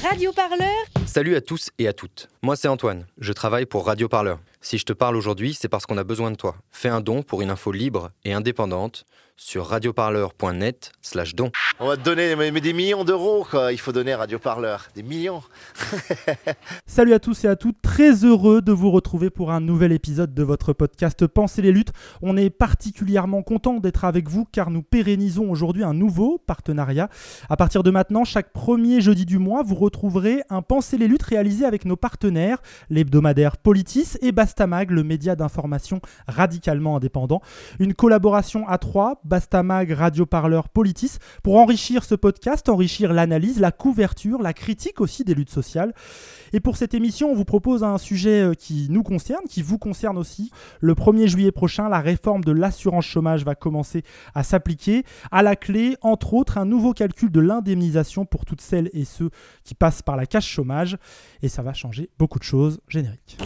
Radio Parleur. Salut à tous et à toutes. Moi c'est Antoine, je travaille pour Radio Parleur. Si je te parle aujourd'hui, c'est parce qu'on a besoin de toi. Fais un don pour une info libre et indépendante sur radioparleur.net/don. On va te donner des millions d'euros, quoi. Il faut donner à Radio Parleur. Des millions. Salut à tous et à toutes, très heureux de vous retrouver pour un nouvel épisode de votre podcast Pensez les luttes. On est particulièrement content d'être avec vous car nous pérennisons aujourd'hui un nouveau partenariat. À partir de maintenant, chaque premier jeudi du mois, vous retrouverez un Pensez les luttes réalisé avec nos partenaires, l'hebdomadaire Politis et Bastamag, le média d'information radicalement indépendant. Une collaboration à trois, Bastamag, Radio Parleur, Politis, pour enrichir ce podcast, enrichir l'analyse, la couverture, la critique aussi des luttes sociales. Et pour cette émission, on vous propose un sujet qui nous concerne, qui vous concerne aussi. Le 1er juillet prochain, la réforme de l'assurance chômage va commencer à s'appliquer. À la clé, entre autres, un nouveau calcul de l'indemnisation pour toutes celles et ceux qui passent par la casse chômage. Et ça va changer beaucoup de choses. Générique.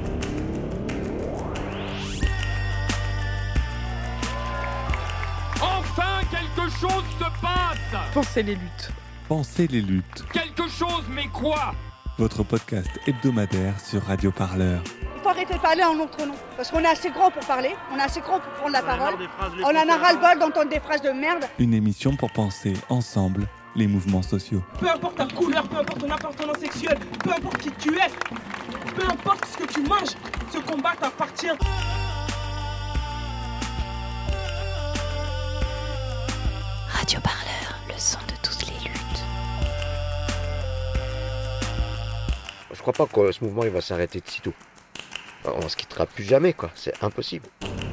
Enfin, quelque chose se passe. Pensez les luttes. Pensez les luttes. Quelque chose, mais quoi? Votre podcast hebdomadaire sur Radio Parleur. Il faut arrêter de parler en notre nom. Parce qu'on est assez grand pour parler, on est assez grand pour prendre la parole. On en a ras-le-bol d'entendre des phrases de merde. Une émission pour penser ensemble les mouvements sociaux. Peu importe ta couleur, peu importe ton appartenance sexuelle, peu importe qui tu es, peu importe ce que tu manges, ce combat t'appartient. Radio Parleur, le son de toutes les luttes. Je crois pas que ce mouvement il va s'arrêter de sitôt. On se quittera plus jamais, quoi. C'est impossible.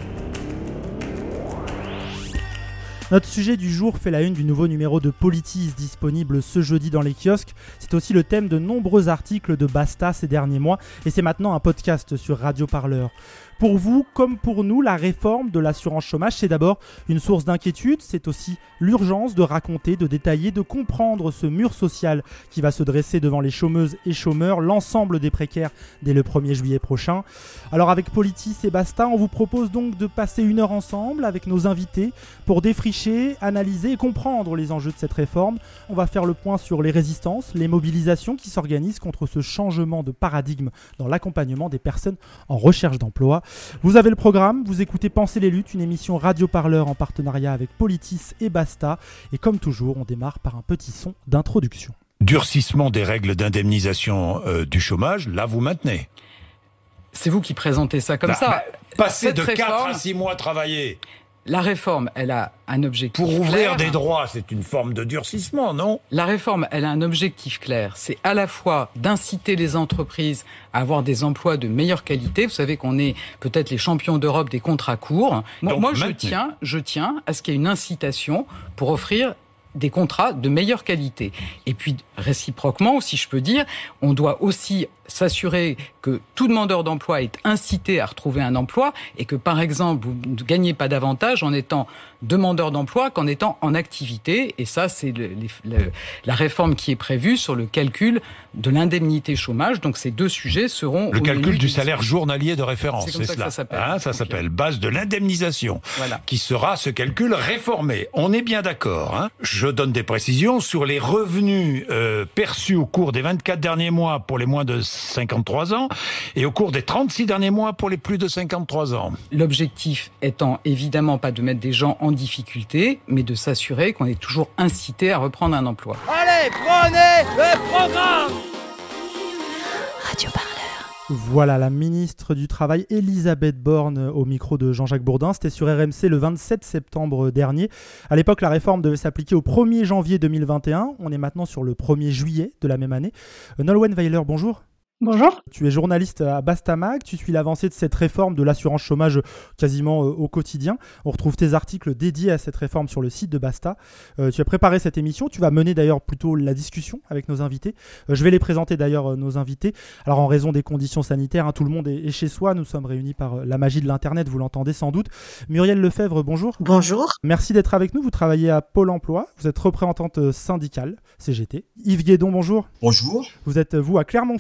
Notre sujet du jour fait la une du nouveau numéro de Politis disponible ce jeudi dans les kiosques. C'est aussi le thème de nombreux articles de Basta ces derniers mois et c'est maintenant un podcast sur Radio Parleur. Pour vous, comme pour nous, la réforme de l'assurance chômage, c'est d'abord une source d'inquiétude, c'est aussi l'urgence de raconter, de détailler, de comprendre ce mur social qui va se dresser devant les chômeuses et chômeurs, l'ensemble des précaires dès le 1er juillet prochain. Alors avec Politis et Basta, on vous propose donc de passer une heure ensemble avec nos invités pour défricher, analyser et comprendre les enjeux de cette réforme. On va faire le point sur les résistances, les mobilisations qui s'organisent contre ce changement de paradigme dans l'accompagnement des personnes en recherche d'emploi. Vous avez le programme, vous écoutez Pensez les luttes, une émission Radio Parleur en partenariat avec Politis et Basta. Et comme toujours, on démarre par un petit son d'introduction. Durcissement des règles d'indemnisation du chômage, là vous maintenez. C'est vous qui présentez ça comme ça. Passer Cette de 4 réforme, à 6 mois travaillés. La réforme, elle a un objectif Pour ouvrir clair. des droits, c'est une forme de durcissement, non? La réforme, elle a un objectif clair. C'est à la fois d'inciter les entreprises à avoir des emplois de meilleure qualité. Vous savez qu'on est peut-être les champions d'Europe des contrats courts. Moi, je tiens à ce qu'il y ait une incitation pour offrir des contrats de meilleure qualité. Et puis, réciproquement, si je peux dire, on doit aussi s'assurer que tout demandeur d'emploi est incité à retrouver un emploi et que, par exemple, vous ne gagnez pas davantage en étant demandeur d'emploi qu'en étant en activité. Et ça, c'est la réforme qui est prévue sur le calcul de l'indemnité chômage. Donc, ces deux sujets seront... Le calcul du salaire journalier de référence, c'est comme cela. Ça s'appelle. Ça s'appelle base de l'indemnisation, voilà. Qui sera ce calcul réformé. On est bien d'accord. Hein. Je donne des précisions sur les revenus perçus au cours des 24 derniers mois pour les moins de 53 ans et au cours des 36 derniers mois pour les plus de 53 ans. L'objectif étant évidemment pas de mettre des gens en difficulté, mais de s'assurer qu'on est toujours incité à reprendre un emploi. Allez, prenez le programme. Radio Parleur. Voilà la ministre du Travail Elisabeth Borne au micro de Jean-Jacques Bourdin. C'était sur RMC le 27 septembre dernier. À l'époque, la réforme devait s'appliquer au 1er janvier 2021. On est maintenant sur le 1er juillet de la même année. Nolwenn Weiler, bonjour. Bonjour. Tu es journaliste à Bastamag, tu suis l'avancée de cette réforme de l'assurance chômage quasiment au quotidien. On retrouve tes articles dédiés à cette réforme sur le site de Basta. Tu as préparé cette émission, tu vas mener d'ailleurs plutôt la discussion avec nos invités. Je vais les présenter d'ailleurs, nos invités. Alors en raison des conditions sanitaires, tout le monde est chez soi, nous sommes réunis par la magie de l'internet, vous l'entendez sans doute. Muriel Lefebvre, bonjour. Bonjour. Merci d'être avec nous, vous travaillez à Pôle emploi, vous êtes représentante syndicale, CGT. Yves Guédon, bonjour. Bonjour. Vous êtes vous à Clermont-Ferrand,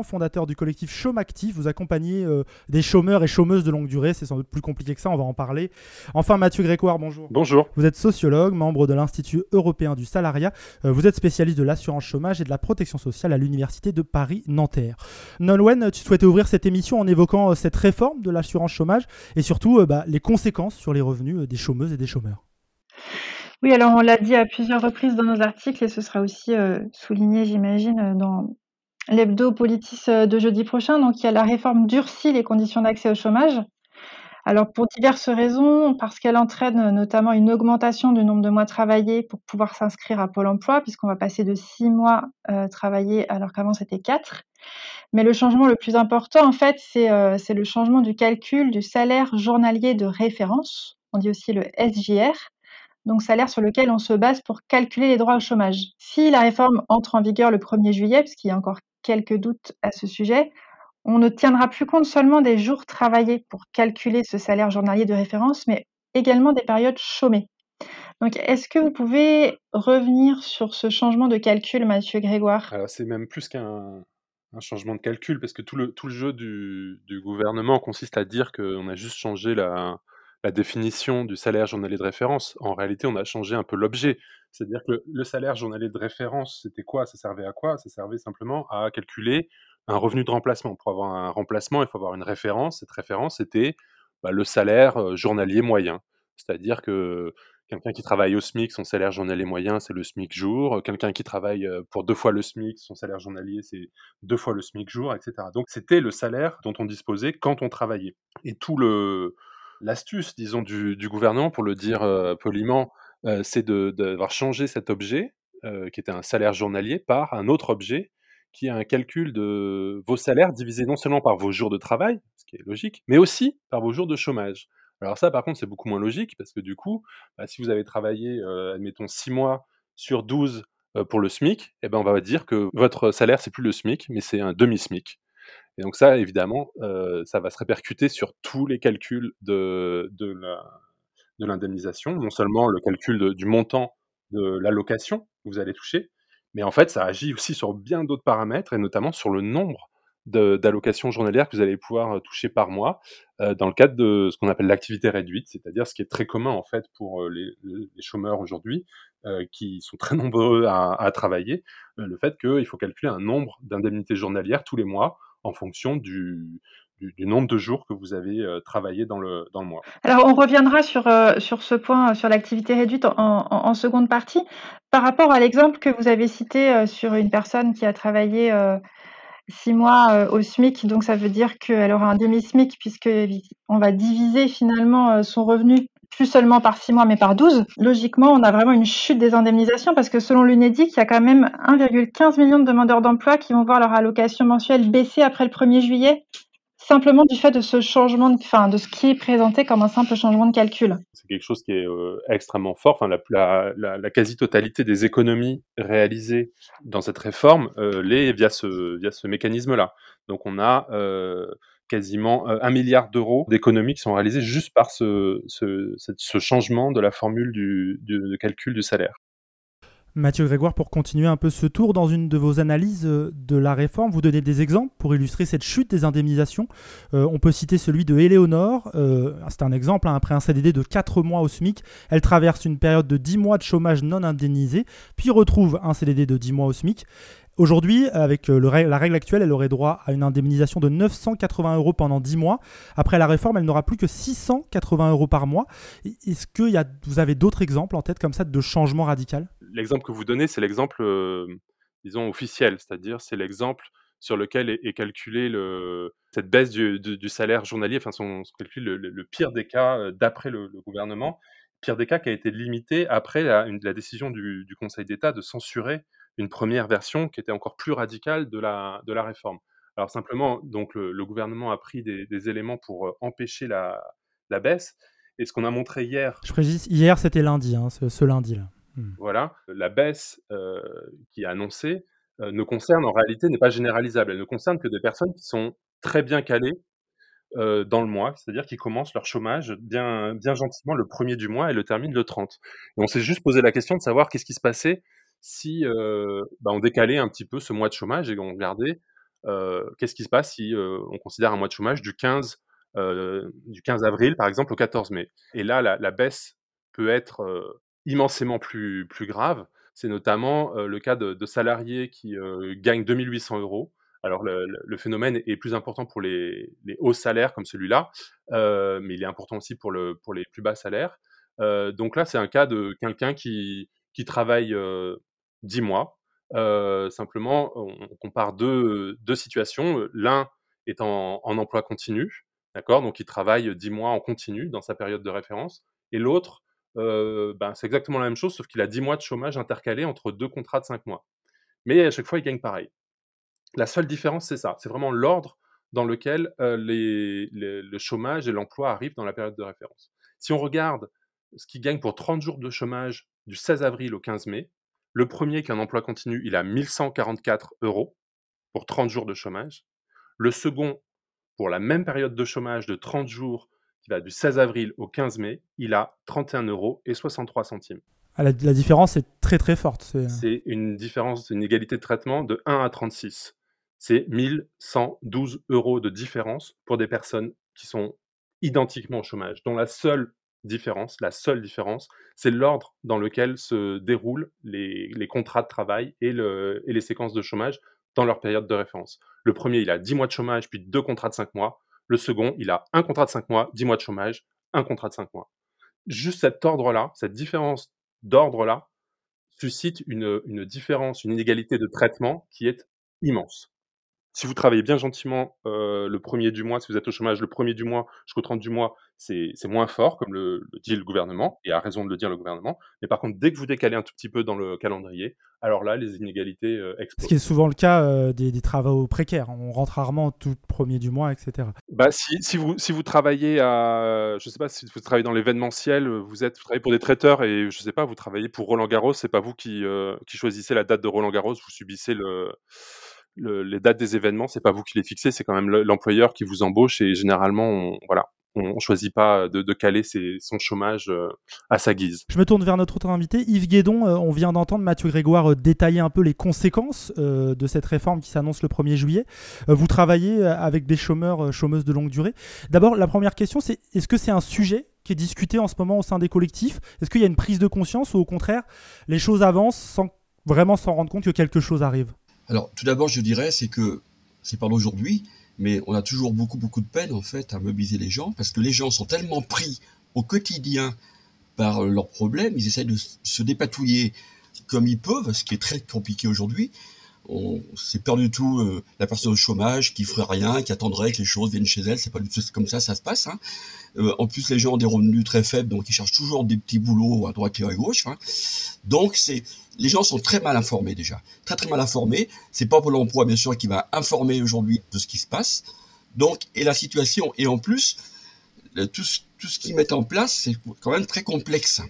fondateur du collectif Chôme Actif. Vous accompagnez des chômeurs et chômeuses de longue durée. C'est sans doute plus compliqué que ça, on va en parler. Enfin, Mathieu Grégoire, bonjour. Bonjour. Vous êtes sociologue, membre de l'Institut européen du salariat. Vous êtes spécialiste de l'assurance chômage et de la protection sociale à l'Université de Paris-Nanterre. Nolwenn, tu souhaitais ouvrir cette émission en évoquant cette réforme de l'assurance chômage et surtout les conséquences sur les revenus des chômeuses et des chômeurs. Oui, alors on l'a dit à plusieurs reprises dans nos articles et ce sera aussi souligné, j'imagine, dans l'hebdo Politis de jeudi prochain. Donc il y a la réforme durcit les conditions d'accès au chômage. Alors pour diverses raisons, parce qu'elle entraîne notamment une augmentation du nombre de mois travaillés pour pouvoir s'inscrire à Pôle emploi, puisqu'on va passer de 6 mois travaillés alors qu'avant c'était 4. Mais le changement le plus important, en fait, c'est le changement du calcul du salaire journalier de référence. On dit aussi le SJR. Donc salaire sur lequel on se base pour calculer les droits au chômage. Si la réforme entre en vigueur le 1er juillet, parce qu'il y a encore quelques doutes à ce sujet, on ne tiendra plus compte seulement des jours travaillés pour calculer ce salaire journalier de référence, mais également des périodes chômées. Donc est-ce que vous pouvez revenir sur ce changement de calcul, Mathieu Grégoire ? Alors, c'est même plus qu'un changement de calcul, parce que tout le jeu du gouvernement consiste à dire qu'on a juste changé la définition du salaire journalier de référence. En réalité, on a changé un peu l'objet. C'est-à-dire que le salaire journalier de référence, c'était quoi ? Ça servait à quoi ? Ça servait simplement à calculer un revenu de remplacement. Pour avoir un remplacement, il faut avoir une référence. Cette référence, c'était le salaire journalier moyen. C'est-à-dire que quelqu'un qui travaille au SMIC, son salaire journalier moyen, c'est le SMIC jour. Quelqu'un qui travaille pour 2 fois le SMIC, son salaire journalier, c'est 2 fois le SMIC jour, etc. Donc, c'était le salaire dont on disposait quand on travaillait. Et l'astuce, disons, du gouvernement, pour le dire poliment, c'est d'avoir changé cet objet, qui était un salaire journalier, par un autre objet, qui est un calcul de vos salaires divisés non seulement par vos jours de travail, ce qui est logique, mais aussi par vos jours de chômage. Alors ça, par contre, c'est beaucoup moins logique, parce que du coup, si vous avez travaillé, admettons, 6 mois sur 12 pour le SMIC, on va dire que votre salaire, c'est plus le SMIC, mais c'est un demi-SMIC. Et donc ça, évidemment, ça va se répercuter sur tous les calculs de l'indemnisation, non seulement le calcul du montant de l'allocation que vous allez toucher, mais en fait, ça agit aussi sur bien d'autres paramètres, et notamment sur le nombre d'allocations journalières que vous allez pouvoir toucher par mois, dans le cadre de ce qu'on appelle l'activité réduite, c'est-à-dire ce qui est très commun en fait pour les chômeurs aujourd'hui, qui sont très nombreux à travailler, le fait qu'il faut calculer un nombre d'indemnités journalières tous les mois, en fonction du nombre de jours que vous avez travaillé dans le mois. Alors, on reviendra sur ce point, sur l'activité réduite en seconde partie. Par rapport à l'exemple que vous avez cité sur une personne qui a travaillé 6 mois au SMIC, donc ça veut dire qu'elle aura un demi-SMIC, puisqu'on va diviser finalement son revenu plus seulement par 6 mois, mais par 12. Logiquement, on a vraiment une chute des indemnisations, parce que selon l'UNEDIC, il y a quand même 1,15 million de demandeurs d'emploi qui vont voir leur allocation mensuelle baisser après le 1er juillet, simplement du fait de ce changement, de ce qui est présenté comme un simple changement de calcul. C'est quelque chose qui est extrêmement fort. Enfin, la quasi-totalité des économies réalisées dans cette réforme l'est via ce mécanisme-là. Donc on a quasiment 1 milliard d'euros d'économies qui sont réalisées juste par ce changement de la formule de calcul du salaire. Mathieu Grégoire, pour continuer un peu ce tour, dans une de vos analyses de la réforme, vous donnez des exemples pour illustrer cette chute des indemnisations. On peut citer celui de Éléonore. C'est un exemple, après un CDD de 4 mois au SMIC, elle traverse une période de 10 mois de chômage non indemnisé, puis retrouve un CDD de 10 mois au SMIC. Aujourd'hui, avec la règle actuelle, elle aurait droit à une indemnisation de 980 € pendant 10 mois. Après la réforme, elle n'aura plus que 680 € par mois. Est-ce que vous avez d'autres exemples en tête comme ça de changement radical ? L'exemple que vous donnez, c'est l'exemple, disons, officiel, c'est-à-dire c'est l'exemple sur lequel est calculé cette baisse du salaire journalier, enfin son calcul, le pire des cas d'après le gouvernement, pire des cas qui a été limité après la décision du Conseil d'État de censurer une première version qui était encore plus radicale de la réforme. Alors simplement, donc le gouvernement a pris des éléments pour empêcher la baisse, et ce qu'on a montré hier... Je précise, hier c'était lundi, ce lundi-là. Voilà, la baisse qui est annoncée ne concerne, en réalité, n'est pas généralisable. Elle ne concerne que des personnes qui sont très bien calées dans le mois, c'est-à-dire qui commencent leur chômage bien gentiment le 1er du mois et le terminent le 30. Et on s'est juste posé la question de savoir qu'est-ce qui se passait si on décalait un petit peu ce mois de chômage et on regardait qu'est-ce qui se passe si on considère un mois de chômage du 15 avril, par exemple, au 14 mai? Et là, la baisse peut être immensément plus grave. C'est notamment le cas de salariés qui gagnent 2 800 €. Alors le phénomène est plus important pour les hauts salaires comme celui-là, mais il est important aussi pour les plus bas salaires. Donc là, c'est un cas de quelqu'un qui travaille 10 mois. Simplement, on compare deux situations. L'un est en emploi continu, d'accord? Donc il travaille 10 mois en continu dans sa période de référence, et l'autre, c'est exactement la même chose, sauf qu'il a 10 mois de chômage intercalés entre 2 contrats de 5 mois. Mais à chaque fois, il gagne pareil. La seule différence, c'est ça, c'est vraiment l'ordre dans lequel, le chômage et l'emploi arrivent dans la période de référence. Si on regarde ce qu'il gagne pour 30 jours de chômage du 16 avril au 15 mai, le premier qui a un emploi continu, il a 1 144 € pour 30 jours de chômage. Le second, pour la même période de chômage de 30 jours, qui va du 16 avril au 15 mai, il a 31,63 € . Ah, la différence est très très forte. C'est une différence, une égalité de traitement de 1 à 36. C'est 1 112 € de différence pour des personnes qui sont identiquement au chômage, dont la seule différence, c'est l'ordre dans lequel se déroulent les contrats de travail et les séquences de chômage dans leur période de référence. Le premier, il a 10 mois de chômage, puis 2 contrats de 5 mois. Le second, il a 1 contrat de 5 mois, 10 mois de chômage, 1 contrat de 5 mois. Juste cet ordre-là, cette différence d'ordre-là, suscite une différence, une inégalité de traitement qui est immense. Si vous travaillez bien gentiment, le 1er du mois, si vous êtes au chômage le 1er du mois jusqu'au 30 du mois, c'est moins fort, comme le dit le gouvernement, et a raison de le dire le gouvernement. Mais par contre, dès que vous décalez un tout petit peu dans le calendrier, alors là, les inégalités explosent. Ce qui est souvent le cas des travaux précaires. On rentre rarement tout 1er du mois, etc. Si vous travaillez je sais pas, si vous travaillez dans l'événementiel, vous travaillez pour des traiteurs et je sais pas, vous travaillez pour Roland-Garros, c'est pas vous qui choisissez la date de Roland-Garros, vous subissez les dates des événements, c'est pas vous qui les fixez, c'est quand même l'employeur qui vous embauche, et généralement, on choisit pas de caler son chômage à sa guise. Je me tourne vers notre autre invité, Yves Guédon. On vient d'entendre Mathieu Grégoire détailler un peu les conséquences de cette réforme qui s'annonce le 1er juillet. Vous travaillez avec des chômeuses de longue durée. D'abord, la première question, c'est est-ce que c'est un sujet qui est discuté en ce moment au sein des collectifs? Est-ce qu'il y a une prise de conscience, ou au contraire, les choses avancent sans vraiment s'en rendre compte que quelque chose arrive? Alors, tout d'abord, je dirais, c'est pas d'aujourd'hui, mais on a toujours beaucoup de peine, en fait, à mobiliser les gens, parce que les gens sont tellement pris au quotidien par leurs problèmes, ils essayent de se dépatouiller comme ils peuvent, ce qui est très compliqué aujourd'hui. C'est peur du tout la personne au chômage qui ferait rien, qui attendrait que les choses viennent chez elle, c'est pas du tout comme ça se passe, hein. En plus, les gens ont des revenus très faibles, donc ils cherchent toujours des petits boulots à droite et à gauche, hein. Donc les gens sont très mal informés déjà, très très mal informés. C'est pas Pôle emploi bien sûr qui va informer aujourd'hui de ce qui se passe. Donc, et la situation, et en plus tout ce qu'ils mettent en place, c'est quand même très complexe.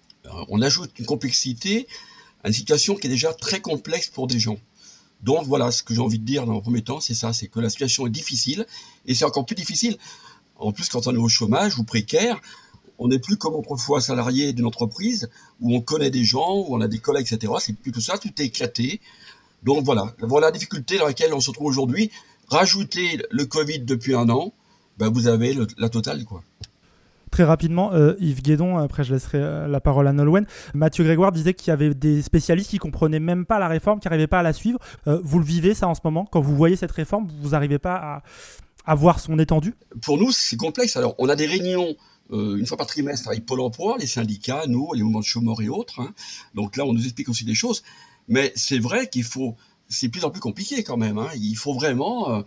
On ajoute une complexité à une situation qui est déjà très complexe pour des gens. Donc voilà, ce que j'ai envie de dire dans le premier temps, c'est ça, c'est que la situation est difficile, et c'est encore plus difficile en plus quand on est au chômage ou précaire. On n'est plus comme autrefois salarié d'une entreprise où on connaît des gens, où on a des collègues, etc. C'est plus tout ça, tout est éclaté. Donc voilà la difficulté dans laquelle on se trouve aujourd'hui. Rajoutez le Covid depuis 1 an, vous avez la totale, quoi. Très rapidement, Yves Guédon, après je laisserai la parole à Nolwenn. Mathieu Grégoire disait qu'il y avait des spécialistes qui ne comprenaient même pas la réforme, qui n'arrivaient pas à la suivre. Vous le vivez ça en ce moment? Quand vous voyez cette réforme, vous n'arrivez pas à voir son étendue? Pour nous, c'est complexe. Alors, on a des réunions une fois par trimestre avec Pôle emploi, les syndicats, nous, les mouvements de chômeurs et autres, hein. Donc là, on nous explique aussi des choses. Mais c'est vrai c'est de plus en plus compliqué quand même, hein. Il faut vraiment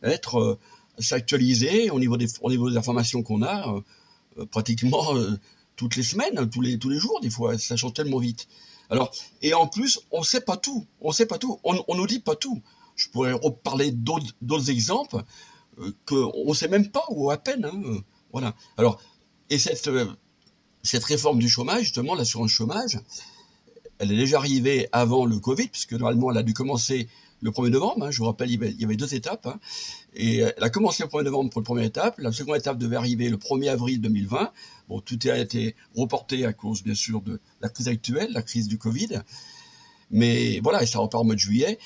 s'actualiser au niveau des informations qu'on a pratiquement toutes les semaines, tous les jours, des fois, ça change tellement vite. Alors, et en plus, on sait pas tout, on nous dit pas tout. Je pourrais reparler d'autres exemples qu'on sait même pas, ou à peine, hein. Voilà. Alors, et cette réforme du chômage, justement, l'assurance chômage, elle est déjà arrivée avant le Covid, puisque normalement, elle a dû commencer le 1er novembre. Hein. Je vous rappelle, il y avait 2 étapes. Hein. Et elle a commencé le 1er novembre pour la première étape. La seconde étape devait arriver le 1er avril 2020. Bon, tout a été reporté à cause, bien sûr, de la crise actuelle, la crise du Covid. Mais voilà, et ça repart au mois de juillet.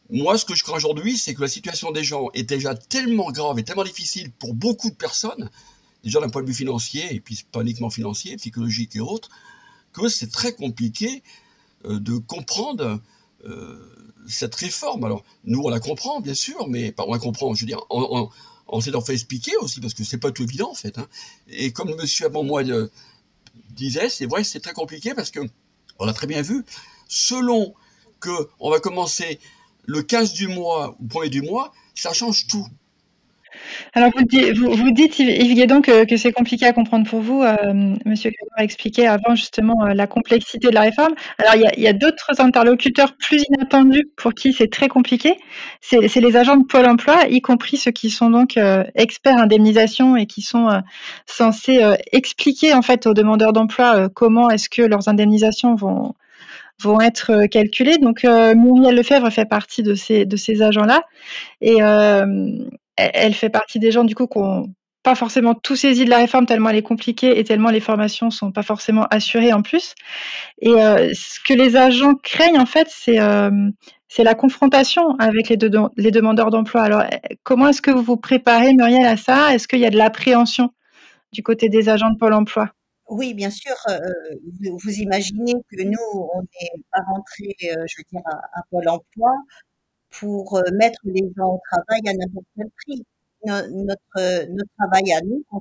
Moi, ce que je crains aujourd'hui, c'est que la situation des gens est déjà tellement grave et tellement difficile pour beaucoup de personnes, déjà d'un point de vue financier, et puis pas uniquement financier, psychologique et autres, que c'est très compliqué de comprendre cette réforme. Alors, nous, on la comprend, bien sûr, mais on la comprend, je veux dire, on s'est d'en fait expliquer aussi, parce que c'est pas tout évident, en fait. Hein. Et comme le monsieur avant moi disait, c'est vrai, c'est très compliqué, parce que, on l'a très bien vu, selon qu'on va commencer le 15 du mois ou le 1er du mois, ça change tout. Alors vous dites, Yves Guédon, que c'est compliqué à comprendre pour vous. Monsieur Grégoire a expliqué avant justement la complexité de la réforme. Alors il y a d'autres interlocuteurs plus inattendus pour qui c'est très compliqué. C'est les agents de Pôle emploi, y compris ceux qui sont donc experts indemnisation et qui sont censés expliquer en fait aux demandeurs d'emploi comment est-ce que leurs indemnisations vont être calculées. Donc Muriel Lefebvre fait partie de ces agents-là. Et elle fait partie des gens, du coup, qui n'ont pas forcément tout saisi de la réforme, tellement elle est compliquée et tellement les formations ne sont pas forcément assurées en plus. Et ce que les agents craignent, en fait, c'est la confrontation avec les demandeurs d'emploi. Alors, comment est-ce que vous vous préparez, Muriel, à ça? Est-ce qu'il y a de l'appréhension du côté des agents de Pôle emploi? Oui, bien sûr, vous imaginez que nous, on n'est pas rentrés, je veux dire, à Pôle emploi pour mettre les gens au travail à n'importe quel prix. Notre travail à nous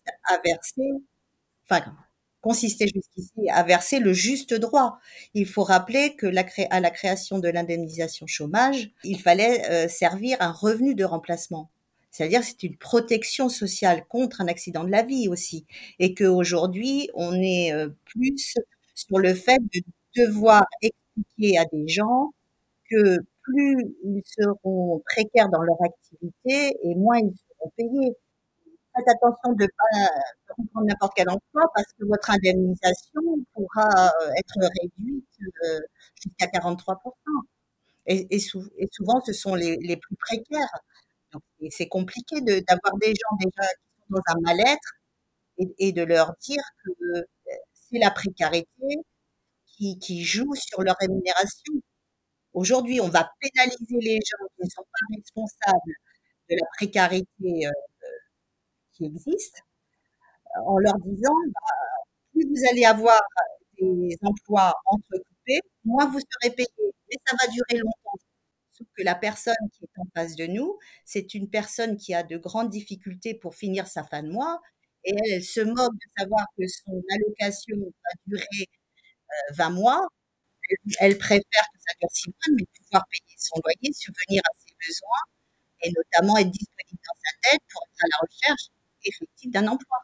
consistait jusqu'ici à verser le juste droit. Il faut rappeler que à la création de l'indemnisation chômage, il fallait servir un revenu de remplacement. C'est-à-dire c'est une protection sociale contre un accident de la vie aussi. Et qu'aujourd'hui, on est plus sur le fait de devoir expliquer à des gens que plus ils seront précaires dans leur activité et moins ils seront payés. Faites attention de ne pas prendre n'importe quel emploi parce que votre indemnisation pourra être réduite jusqu'à 43%. Et souvent, ce sont les plus précaires. Donc, c'est compliqué d'avoir des gens déjà qui sont dans un mal-être et de leur dire que c'est la précarité qui joue sur leur rémunération. Aujourd'hui, on va pénaliser les gens qui ne sont pas responsables de la précarité qui existe en leur disant plus vous allez avoir des emplois entrecoupés, moins vous serez payé. Mais ça va durer longtemps. Sauf que la personne qui est en face de nous, c'est une personne qui a de grandes difficultés pour finir sa fin de mois et elle se moque de savoir que son allocation va durer 20 mois. Elle préfère que ça dure 6 mois, mais pouvoir payer son loyer, subvenir à ses besoins et notamment être disponible dans sa tête pour être à la recherche effective d'un emploi.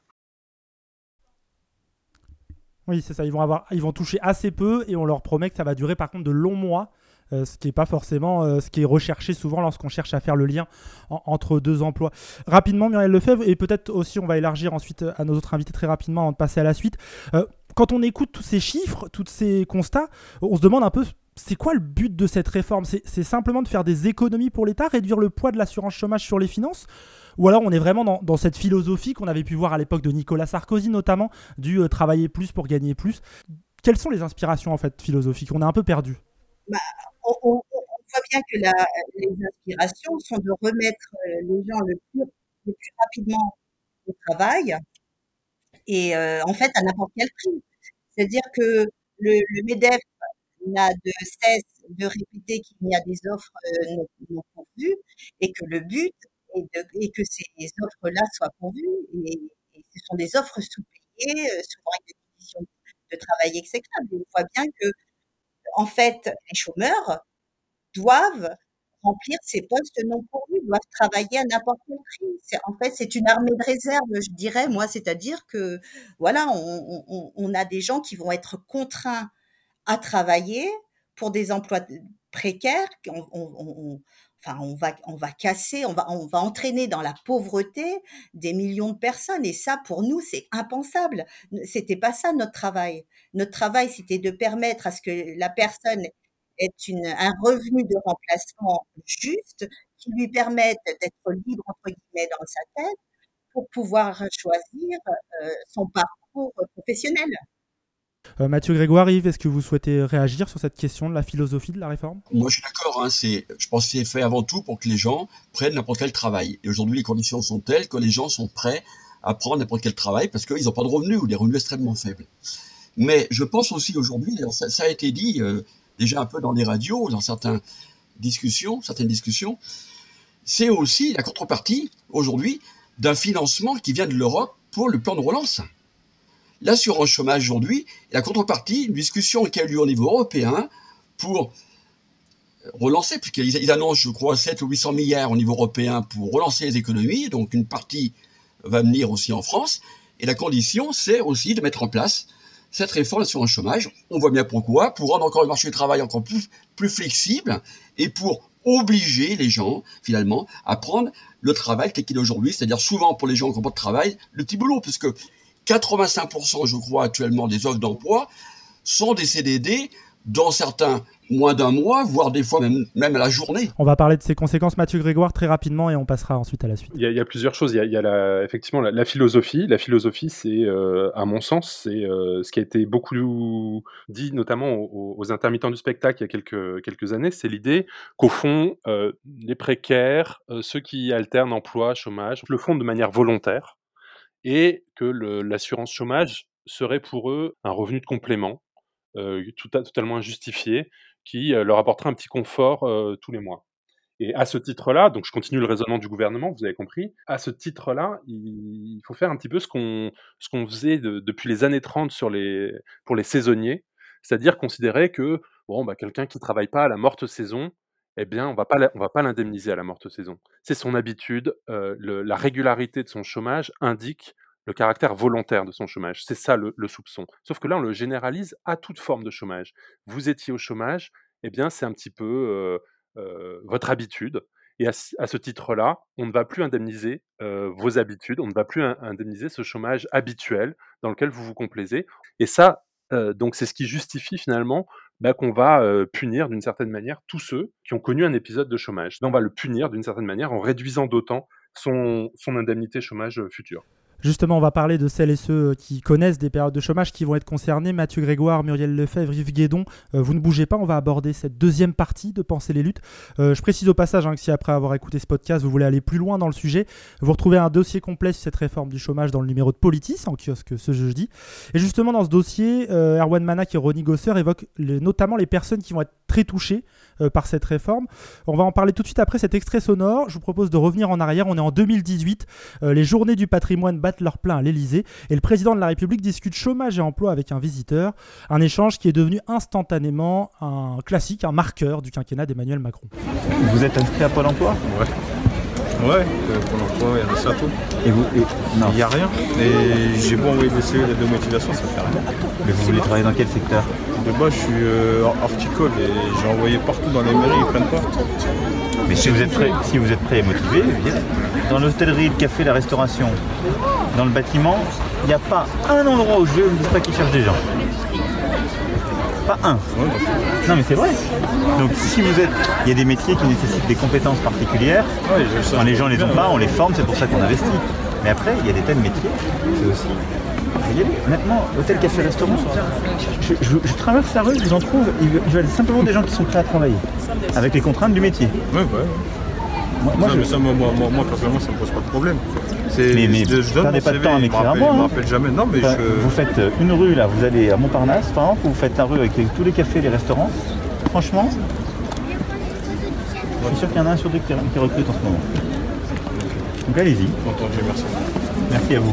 Oui, c'est ça. Ils vont toucher assez peu et on leur promet que ça va durer par contre de longs mois. Ce qui n'est pas forcément ce qui est recherché souvent lorsqu'on cherche à faire le lien entre deux emplois. Rapidement, Muriel Lefebvre, et peut-être aussi on va élargir ensuite à nos autres invités très rapidement avant de passer à la suite. Quand on écoute tous ces chiffres, tous ces constats, on se demande un peu c'est quoi le but de cette réforme ? C'est simplement de faire des économies pour l'État, réduire le poids de l'assurance chômage sur les finances ? Ou alors on est vraiment dans cette philosophie qu'on avait pu voir à l'époque de Nicolas Sarkozy notamment, du travailler plus pour gagner plus. Quelles sont les inspirations en fait philosophiques ? On est un peu perdu. On voit bien que les inspirations sont de remettre les gens le plus rapidement au travail et en fait à n'importe quel prix. C'est-à-dire que le MEDEF n'a de cesse de répéter qu'il y a des offres non pourvues et que le but est que ces offres-là soient pourvues et ce sont des offres sous-payées, souvent avec des conditions de travail exécrables. On voit bien que en fait, les chômeurs doivent remplir ces postes non pourvus, doivent travailler à n'importe quel prix. En fait, c'est une armée de réserve, je dirais, moi, c'est-à-dire que, voilà, on a des gens qui vont être contraints à travailler pour des emplois précaires. On va casser, on va entraîner dans la pauvreté des millions de personnes. Et ça, pour nous, c'est impensable. C'était pas ça notre travail. Notre travail, c'était de permettre à ce que la personne ait un revenu de remplacement juste qui lui permette d'être libre, entre guillemets, dans sa tête pour pouvoir choisir son parcours professionnel. Mathieu Grégoire, Yves, est-ce que vous souhaitez réagir sur cette question de la philosophie de la réforme ? Moi, je suis d'accord. Je pense que c'est fait avant tout pour que les gens prennent n'importe quel travail. Et aujourd'hui, les conditions sont telles que les gens sont prêts à prendre n'importe quel travail parce qu'ils n'ont pas de revenus ou des revenus extrêmement faibles. Mais je pense aussi aujourd'hui, ça a été dit déjà un peu dans les radios, dans certaines discussions, c'est aussi la contrepartie aujourd'hui d'un financement qui vient de l'Europe pour le plan de relance. L'assurance chômage aujourd'hui est la contrepartie d'une discussion qui a eu lieu au niveau européen pour relancer, puisqu'ils annoncent, je crois, 7 ou 800 milliards au niveau européen pour relancer les économies, donc une partie va venir aussi en France, et la condition, c'est aussi de mettre en place cette réforme de l'assurance chômage. On voit bien pourquoi, pour rendre encore le marché du travail encore plus flexible, et pour obliger les gens, finalement, à prendre le travail tel qu'il est aujourd'hui, c'est-à-dire souvent pour les gens qui n'ont pas de travail, le petit boulot, puisque 85%, je crois, actuellement, des offres d'emploi sont des CDD, dans certains moins d'un mois, voire des fois même à la journée. On va parler de ces conséquences, Mathieu Grégoire, très rapidement et on passera ensuite à la suite. Il y a plusieurs choses. Il y a effectivement la philosophie. La philosophie, c'est, à mon sens, c'est ce qui a été beaucoup dit, notamment aux intermittents du spectacle il y a quelques années, c'est l'idée qu'au fond, les précaires, ceux qui alternent emploi, chômage, le font de manière volontaire et que l'assurance chômage serait pour eux un revenu de complément totalement injustifié qui leur apporterait un petit confort tous les mois. Et à ce titre-là, donc je continue le raisonnement du gouvernement, vous avez compris, à ce titre-là, il faut faire un petit peu ce qu'on faisait depuis les années 30 pour les saisonniers, c'est-à-dire considérer que quelqu'un qui ne travaille pas à la morte saison, eh bien, on va pas l'indemniser à la morte saison. C'est son habitude, la régularité de son chômage indique le caractère volontaire de son chômage. C'est ça le soupçon. Sauf que là, on le généralise à toute forme de chômage. Vous étiez au chômage, eh bien, c'est un petit peu votre habitude. Et à ce titre-là, on ne va plus indemniser vos habitudes, on ne va plus indemniser ce chômage habituel dans lequel vous vous complaisez. Et ça, donc, c'est ce qui justifie finalement qu'on va punir d'une certaine manière tous ceux qui ont connu un épisode de chômage. Là, on va le punir d'une certaine manière en réduisant d'autant son indemnité chômage future. Justement, on va parler de celles et ceux qui connaissent des périodes de chômage qui vont être concernés. Mathieu Grégoire, Muriel Lefebvre, Yves Guédon, vous ne bougez pas, on va aborder cette deuxième partie de Penser les luttes. Je précise au passage que si après avoir écouté ce podcast, vous voulez aller plus loin dans le sujet, vous retrouvez un dossier complet sur cette réforme du chômage dans le numéro de Politis, en kiosque ce jeudi. Et justement, dans ce dossier, Erwan Manac et Ronnie Gosser évoquent notamment les personnes qui vont être très touchées par cette réforme. On va en parler tout de suite après cet extrait sonore. Je vous propose de revenir en arrière. On est en 2018. Les journées du patrimoine battent leur plein à l'Elysée et le président de la République discute chômage et emploi avec un visiteur. Un échange qui est devenu instantanément un classique, un marqueur du quinquennat d'Emmanuel Macron. Vous êtes inscrit à Pôle emploi ? Ouais, Pôle emploi, il y a ça tout. Et vous Non. Il n'y a rien. Et j'ai beau envoyer des CV de motivation, ça ne fait rien. Mais vous voulez travailler dans quel secteur ? De base, je suis horticole et j'ai envoyé partout dans les mairies, ils ne prennent pas. Mais si vous êtes prêt et motivé, dans l'hôtellerie, le café, la restauration, dans le bâtiment, il n'y a pas un endroit où je vais où je ne dis pas qu'ils cherchent des gens. Pas un. Non mais c'est vrai. Donc si il y a des métiers qui nécessitent des compétences particulières, quand les gens les ont pas, on les forme, c'est pour ça qu'on investit. Mais après, il y a des tas de métiers, c'est aussi... Honnêtement, hôtel, café, restaurant, je traverse la rue, je vous en trouve, ils veulent simplement des gens qui sont prêts à travailler, avec les contraintes du métier. Ouais. Moi, personnellement, ça me pose pas de problème. Mais je perdez pas de temps à m'écrire à moi. Je me rappelle jamais. Non, mais Vous faites une rue, là, vous allez à Montparnasse, par exemple, vous faites la rue avec tous les cafés, les restaurants. Franchement, je suis sûr qu'il y en a un sur deux qui recrute en ce moment. Donc allez-y. Entendu, merci. Merci à vous.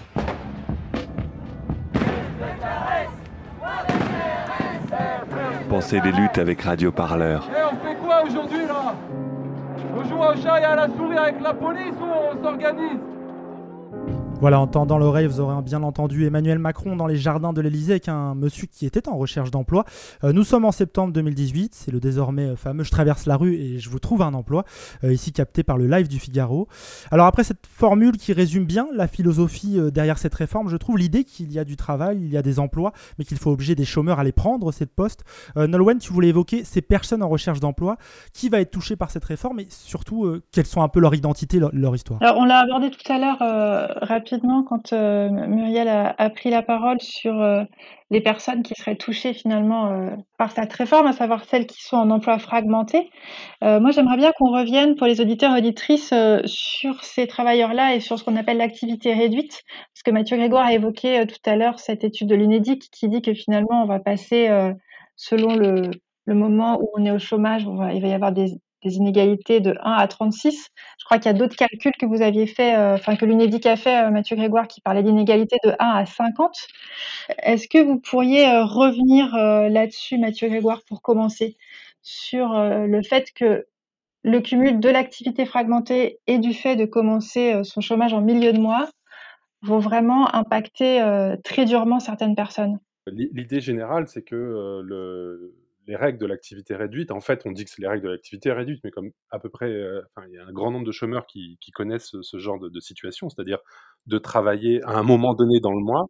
Penser les luttes avec Radio Parleur. On fait quoi aujourd'hui là? On joue au chat et à la souris avec la police ou on s'organise? Voilà, en tendant l'oreille, vous aurez bien entendu Emmanuel Macron dans les jardins de l'Elysée avec un monsieur qui était en recherche d'emploi. Nous sommes en septembre 2018, c'est le désormais fameux « Je traverse la rue et je vous trouve un emploi », ici capté par le live du Figaro. Alors après cette formule qui résume bien la philosophie derrière cette réforme, je trouve l'idée qu'il y a du travail, il y a des emplois, mais qu'il faut obliger des chômeurs à les prendre, ces postes. Nolwenn, tu voulais évoquer ces personnes en recherche d'emploi, qui va être touché par cette réforme et surtout, quelles sont un peu leur identité, leur histoire? Alors on l'a abordé tout à l'heure rapidement. rapidement quand, Muriel a pris la parole sur, les personnes qui seraient touchées finalement, par cette réforme, à savoir celles qui sont en emploi fragmenté. Moi, j'aimerais bien qu'on revienne pour les auditeurs et auditrices, sur ces travailleurs-là et sur ce qu'on appelle l'activité réduite. Parce que Mathieu Grégoire a évoqué, tout à l'heure cette étude de l'UNEDIC qui dit que finalement on va passer, selon le moment où on est au chômage, il va y avoir des inégalités de 1 à 36. Je crois qu'il y a d'autres calculs que vous aviez fait, que l'UNEDIC a fait, Mathieu Grégoire, qui parlait d'inégalités de 1 à 50. Est-ce que vous pourriez, revenir, là-dessus, Mathieu Grégoire, pour commencer, sur, le fait que le cumul de l'activité fragmentée et du fait de commencer, son chômage en milieu de mois vont vraiment impacter, très durement certaines personnes? L'idée générale, c'est que les règles de l'activité réduite, en fait, on dit que c'est les règles de l'activité réduite, mais comme à peu près, il y a un grand nombre de chômeurs qui connaissent ce genre de situation, c'est-à-dire de travailler à un moment donné dans le mois.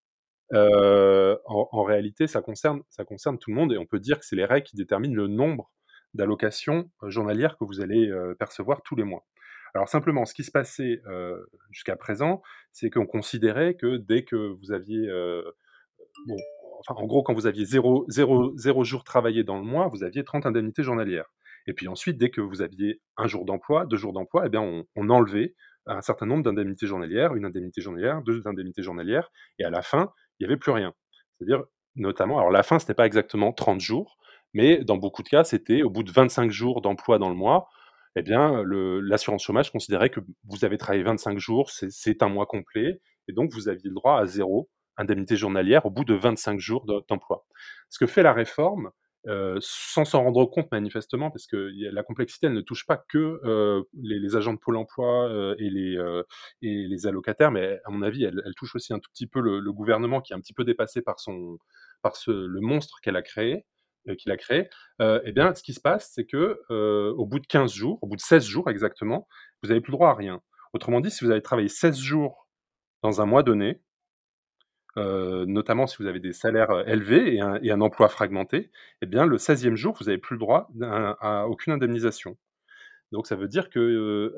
En réalité, ça concerne tout le monde et on peut dire que c'est les règles qui déterminent le nombre d'allocations journalières que vous allez percevoir tous les mois. Alors simplement, ce qui se passait jusqu'à présent, c'est qu'on considérait que dès que vous aviez bon, enfin, en gros, quand vous aviez 0 jours travaillés dans le mois, vous aviez 30 indemnités journalières. Et puis ensuite, dès que vous aviez 1 jour d'emploi, 2 jours d'emploi, eh bien, on enlevait un certain nombre d'indemnités journalières, 1 indemnité journalière, 2 indemnités journalières, et à la fin, il n'y avait plus rien. C'est-à-dire, notamment, alors la fin, ce n'était pas exactement 30 jours, mais dans beaucoup de cas, c'était au bout de 25 jours d'emploi dans le mois, eh bien, l'assurance chômage considérait que vous avez travaillé 25 jours, c'est un mois complet, et donc vous aviez le droit à 0 indemnité journalière au bout de 25 jours d'emploi. Ce que fait la réforme, sans s'en rendre compte manifestement, parce que la complexité, elle ne touche pas que les agents de Pôle emploi et les allocataires, mais à mon avis, elle touche aussi un tout petit peu le gouvernement qui est un petit peu dépassé par le monstre qu'il a créé. Eh bien, ce qui se passe, c'est que au bout de 15 jours, au bout de 16 jours exactement, vous n'avez plus droit à rien. Autrement dit, si vous avez travaillé 16 jours dans un mois donné, notamment si vous avez des salaires élevés et un emploi fragmenté, eh bien, le 16e jour, vous n'avez plus le droit à aucune indemnisation. Donc ça veut dire que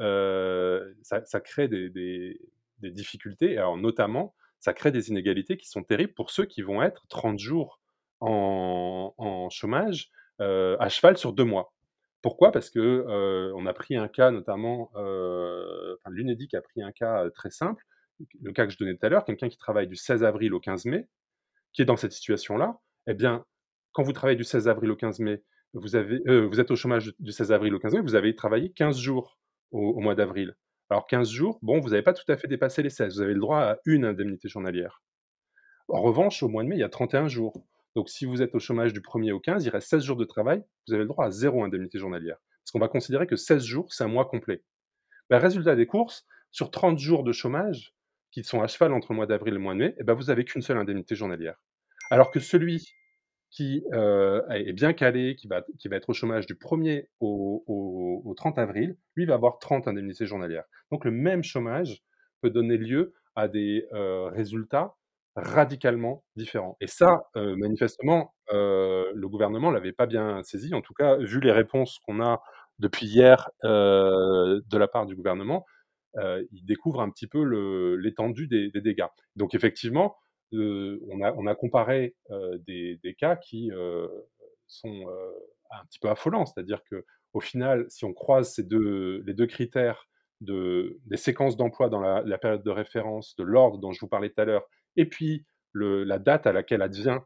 ça crée des difficultés. Alors notamment, ça crée des inégalités qui sont terribles pour ceux qui vont être 30 jours en chômage à cheval sur 2 mois. Pourquoi? Parce que on a pris un cas notamment, l'UNEDIC a pris un cas très simple, le cas que je donnais tout à l'heure, quelqu'un qui travaille du 16 avril au 15 mai, qui est dans cette situation-là. Eh bien, quand vous travaillez du 16 avril au 15 mai, vous êtes au chômage du 16 avril au 15 mai, vous avez travaillé 15 jours au mois d'avril. Alors 15 jours, bon, vous n'avez pas tout à fait dépassé les 16, vous avez le droit à 1 indemnité journalière. En revanche, au mois de mai, il y a 31 jours. Donc si vous êtes au chômage du 1er au 15, il reste 16 jours de travail, vous avez le droit à 0 indemnité journalière. Parce qu'on va considérer que 16 jours, c'est un mois complet. Résultat des courses, sur 30 jours de chômage, qui sont à cheval entre le mois d'avril et le mois de mai, eh ben, vous avez qu'une seule indemnité journalière. Alors que celui qui est bien calé, qui va être au chômage du 1er au 30 avril, lui va avoir 30 indemnités journalières. Donc le même chômage peut donner lieu à des résultats radicalement différents. Et ça, manifestement, le gouvernement ne l'avait pas bien saisi. En tout cas, vu les réponses qu'on a depuis hier de la part du gouvernement, il découvre un petit peu l'étendue des dégâts. Donc effectivement, on a comparé des cas qui sont un petit peu affolants. C'est-à-dire qu'au final, si on croise les deux critères des séquences d'emploi dans la période de référence, de l'ordre dont je vous parlais tout à l'heure, et puis la date à laquelle advient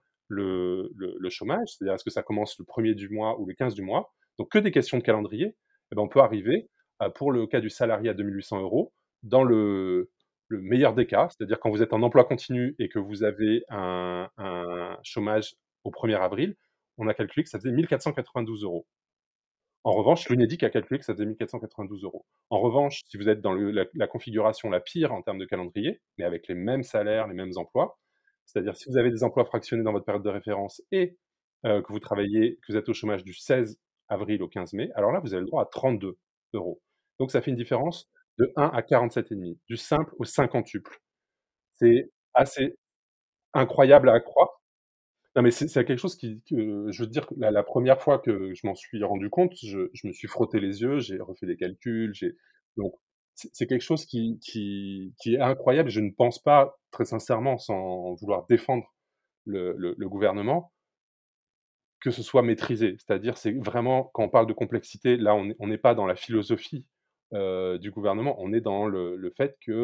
le chômage, c'est-à-dire est-ce que ça commence le 1er du mois ou le 15 du mois, donc que des questions de calendrier, eh ben on peut arriver, pour le cas du salarié à 2 800 €, dans le meilleur des cas, c'est-à-dire quand vous êtes en emploi continu et que vous avez un chômage au 1er avril, on a calculé que ça faisait 1 492 €. En revanche, l'UNEDIC a calculé que ça faisait 1 492 €. En revanche, si vous êtes dans la configuration la pire en termes de calendrier, mais avec les mêmes salaires, les mêmes emplois, c'est-à-dire si vous avez des emplois fractionnés dans votre période de référence et que vous êtes au chômage du 16 avril au 15 mai, alors là, vous avez le droit à 32 €. Donc ça fait une différence de 1 à 47,5, du simple au cinquantuple. C'est assez incroyable à croire. Non, mais c'est quelque chose que je veux dire que la 1re fois que je m'en suis rendu compte, je me suis frotté les yeux, j'ai refait des calculs, donc c'est quelque chose qui est incroyable. Je ne pense pas, très sincèrement, sans vouloir défendre le gouvernement, que ce soit maîtrisé. C'est-à-dire, c'est vraiment, quand on parle de complexité, là, on n'est pas dans la philosophie du gouvernement, on est dans le fait que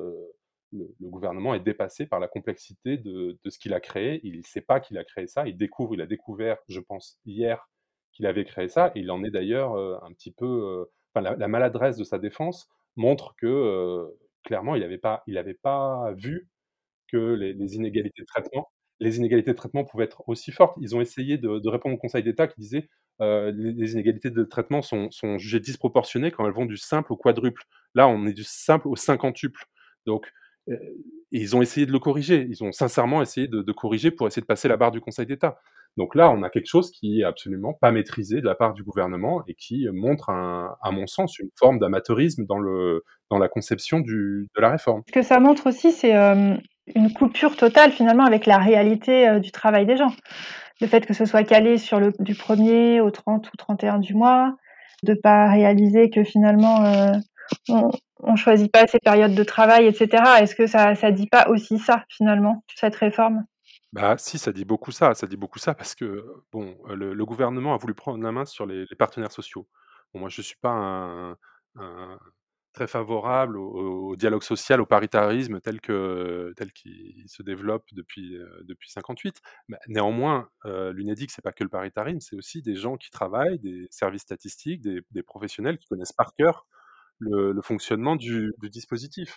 le gouvernement est dépassé par la complexité de ce qu'il a créé. Il ne sait pas qu'il a créé ça, il a découvert, je pense, hier, qu'il avait créé ça, et il en est d'ailleurs un petit peu... Enfin, la maladresse de sa défense montre que, clairement, il avait pas vu que les inégalités de traitement pouvaient être aussi fortes. Ils ont essayé de répondre au Conseil d'État qui disait les inégalités de traitement sont jugées disproportionnées quand elles vont du simple au quadruple. Là, on est du simple au cinquantuple. Donc, et ils ont essayé de le corriger. Ils ont sincèrement essayé de corriger pour essayer de passer la barre du Conseil d'État. Donc là, on a quelque chose qui est absolument pas maîtrisé de la part du gouvernement et qui montre, à mon sens, une forme d'amateurisme dans la conception de la réforme. Ce que ça montre aussi, c'est une coupure totale finalement avec la réalité du travail des gens. Le fait que ce soit calé sur du 1er au 30 ou 31 du mois, de pas réaliser que finalement on choisit pas ses périodes de travail, etc. Est-ce que ça dit pas aussi ça finalement, cette réforme ? Bah si, ça dit beaucoup ça parce que, bon, le gouvernement a voulu prendre la main sur les partenaires sociaux. Bon, moi, je suis pas un très favorable au dialogue social, au paritarisme tel qu'il se développe depuis 58. Mais néanmoins, l'UNEDIC, c'est pas que le paritarisme, c'est aussi des gens qui travaillent, des services statistiques, des professionnels qui connaissent par cœur le fonctionnement du dispositif.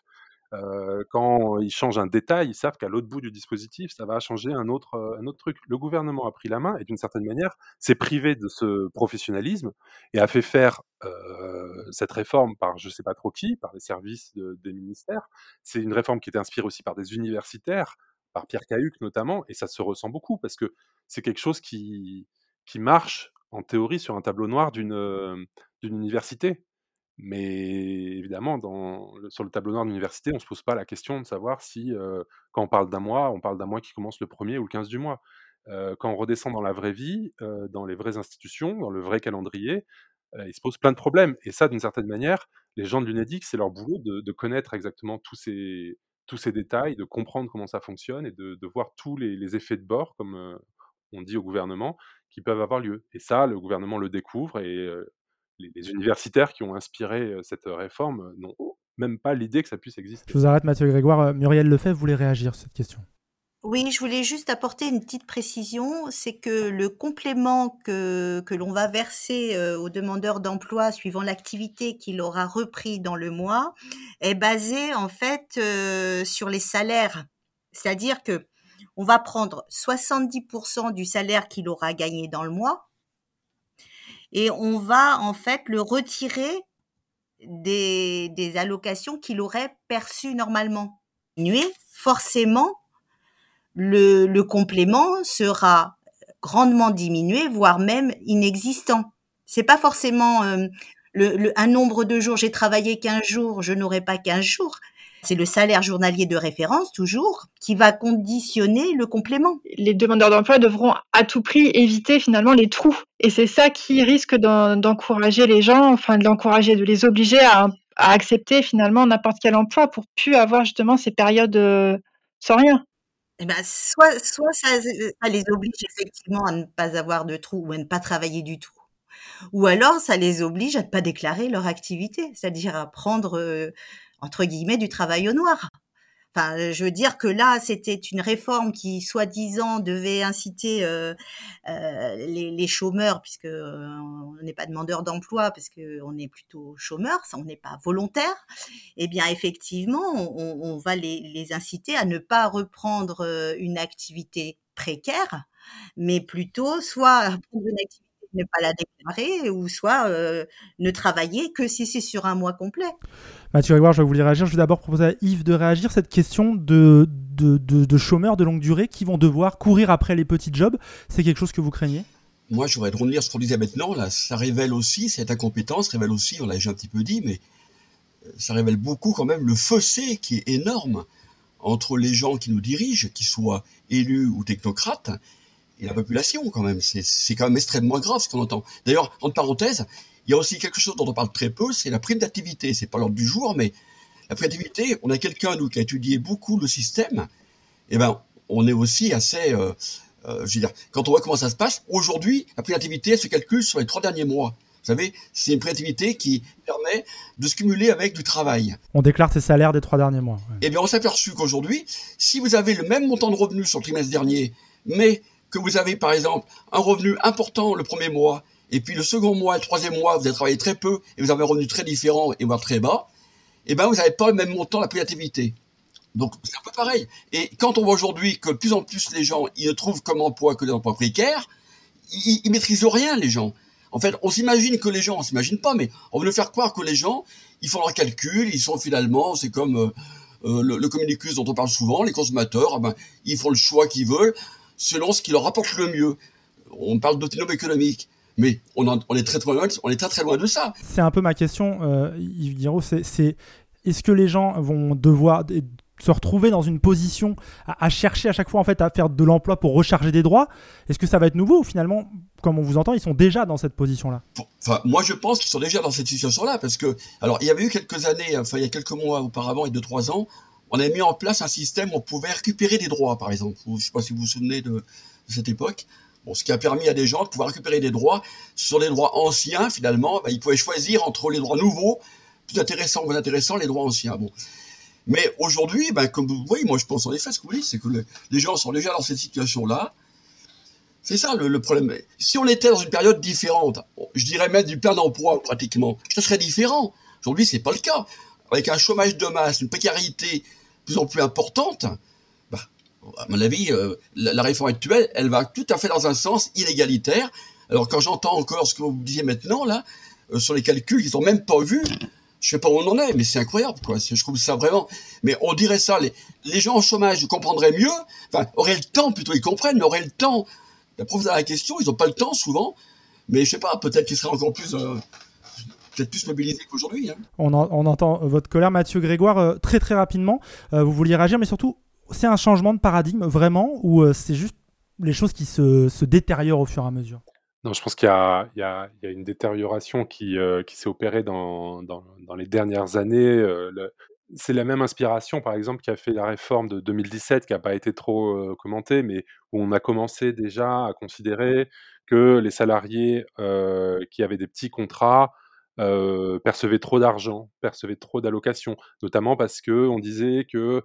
Quand ils changent un détail, ils savent qu'à l'autre bout du dispositif, ça va changer un autre truc. Le gouvernement a pris la main et d'une certaine manière, s'est privé de ce professionnalisme et a fait faire cette réforme par je sais pas trop qui, par les services des ministères. C'est une réforme qui était inspirée aussi par des universitaires, par Pierre Cahuc notamment, et ça se ressent beaucoup parce que c'est quelque chose qui marche en théorie sur un tableau noir d'une université. Mais évidemment, sur le tableau noir de l'université, on ne se pose pas la question de savoir si, quand on parle d'un mois qui commence le 1er ou le 15 du mois. Quand on redescend dans la vraie vie, dans les vraies institutions, dans le vrai calendrier, il se pose plein de problèmes. Et ça, d'une certaine manière, les gens de l'UNEDIC, c'est leur boulot de connaître exactement tous ces détails, de comprendre comment ça fonctionne et de voir tous les effets de bord, comme on dit au gouvernement, qui peuvent avoir lieu. Et ça, le gouvernement le découvre et les universitaires qui ont inspiré cette réforme n'ont même pas l'idée que ça puisse exister. Je vous arrête, Mathieu Grégoire. Muriel Lefebvre voulait réagir sur cette question. Oui, je voulais juste apporter une petite précision, c'est que le complément que l'on va verser aux demandeurs d'emploi suivant l'activité qu'il aura repris dans le mois est basé en fait sur les salaires. C'est-à-dire que on va prendre 70% du salaire qu'il aura gagné dans le mois et on va en fait le retirer des allocations qu'il aurait perçues normalement. Forcément, le complément sera grandement diminué, voire même inexistant. C'est pas forcément un nombre de jours. J'ai travaillé 15 jours, je n'aurai pas 15 jours. C'est le salaire journalier de référence, toujours, qui va conditionner le complément. Les demandeurs d'emploi devront à tout prix éviter finalement les trous. Et c'est ça qui risque d'encourager les gens, enfin de les obliger à accepter finalement n'importe quel emploi pour plus avoir justement ces périodes sans rien. Eh ben, soit ça les oblige effectivement à ne pas avoir de trous ou à ne pas travailler du tout. Ou alors ça les oblige à ne pas déclarer leur activité, c'est-à-dire à prendre entre guillemets du travail au noir. Enfin, je veux dire que là, c'était une réforme qui, soi-disant, devait inciter les chômeurs, puisque on n'est pas demandeur d'emploi, parce que on est plutôt chômeur, ça, on n'est pas volontaire. Eh bien, effectivement, on va les inciter à ne pas reprendre une activité précaire, mais plutôt soit prendre une activité, ne pas la déclarer, ou soit ne travailler que si c'est sur un mois complet. Mathieu Grégoire, je vais vous réagir. Je vais d'abord proposer à Yves de réagir. Cette question de chômeurs de longue durée qui vont devoir courir après les petits jobs, c'est quelque chose que vous craignez ? Moi, je voudrais rebondir sur ce qu'on disait maintenant. Là, ça révèle aussi, cette incompétence révèle aussi, on l'a déjà un petit peu dit, mais ça révèle beaucoup quand même le fossé qui est énorme entre les gens qui nous dirigent, qu'ils soient élus ou technocrates, et la population quand même. C'est quand même extrêmement grave ce qu'on entend. D'ailleurs, entre parenthèses, Il y a aussi quelque chose dont on parle très peu, c'est la prime d'activité. C'est pas l'ordre du jour, mais la prime d'activité, on a quelqu'un, nous, qui a étudié beaucoup le système. Eh ben, on est aussi assez, je veux dire, quand on voit comment ça se passe, aujourd'hui, la prime d'activité se calcule sur les 3 derniers mois. Vous savez, c'est une prime d'activité qui permet de se cumuler avec du travail. On déclare ses salaires des 3 derniers mois. Ouais. Eh bien, on s'est aperçu qu'aujourd'hui, si vous avez le même montant de revenus sur le trimestre dernier, mais que vous avez, par exemple, un revenu important le premier mois, et puis le second mois, le troisième mois, vous avez travaillé très peu, et vous avez un revenu très différent, et voire très bas, eh ben, vous n'avez pas le même montant de la prime d'activité. Donc, c'est un peu pareil. Et quand on voit aujourd'hui que de plus en plus les gens, ils ne trouvent comme emploi que des emplois précaires, ils maîtrisent rien, les gens. En fait, on s'imagine que les gens, on s'imagine pas, mais on veut nous faire croire que les gens, ils font leurs calculs, ils sont finalement, c'est comme le communicus dont on parle souvent, les consommateurs, ben, ils font le choix qu'ils veulent selon ce qui leur rapporte le mieux. On parle d'autonome économique, mais on est très loin de ça. C'est un peu ma question, Yves Guiraud, c'est est-ce que les gens vont devoir se retrouver dans une position à chercher à chaque fois en fait à faire de l'emploi pour recharger des droits? Est-ce que ça va être nouveau ou finalement, comme on vous entend, ils sont déjà dans cette position-là? Enfin, moi je pense qu'ils sont déjà dans cette situation-là parce que, alors il y avait eu quelques années, enfin il y a quelques mois auparavant, il y a 2-3 ans, on avait mis en place un système où on pouvait récupérer des droits, par exemple. Je ne sais pas si vous vous souvenez de cette époque. Bon, ce qui a permis à des gens de pouvoir récupérer des droits. Sur les droits anciens, finalement, ben, ils pouvaient choisir entre les droits nouveaux, plus intéressants, moins intéressants, les droits anciens. Bon. Mais aujourd'hui, ben, comme vous voyez, moi je pense en effet, ce que vous dites, c'est que les gens sont déjà dans cette situation-là. C'est ça le problème. Si on était dans une période différente, je dirais même du plein emploi pratiquement, ça serait différent. Aujourd'hui, c'est pas le cas. Avec un chômage de masse, une précarité de plus en plus importante, bah, à mon avis, la réforme actuelle, elle va tout à fait dans un sens inégalitaire. Alors quand j'entends encore ce que vous disiez maintenant, là, sur les calculs qu'ils n'ont même pas vus, je sais pas où on en est, mais c'est incroyable, quoi. Je trouve ça vraiment... Mais on dirait ça, les gens au chômage comprendraient mieux, enfin, auraient le temps, plutôt, ils comprennent, mais auraient le temps. La prof de la question, ils n'ont pas le temps, souvent, mais je sais pas, peut-être qu'ils seraient encore plus... peut-être plus mobilisés qu'aujourd'hui. Hein. On entend votre colère, Mathieu Grégoire, très très rapidement. Vous vouliez réagir, mais surtout, c'est un changement de paradigme, vraiment, ou c'est juste les choses qui se détériorent au fur et à mesure? Non, je pense qu'il y a une détérioration qui s'est opérée dans les dernières années. C'est la même inspiration, par exemple, qui a fait la réforme de 2017, qui n'a pas été trop commentée, mais où on a commencé déjà à considérer que les salariés qui avaient des petits contrats percevaient trop d'argent, percevaient trop d'allocations, notamment parce qu'on disait que,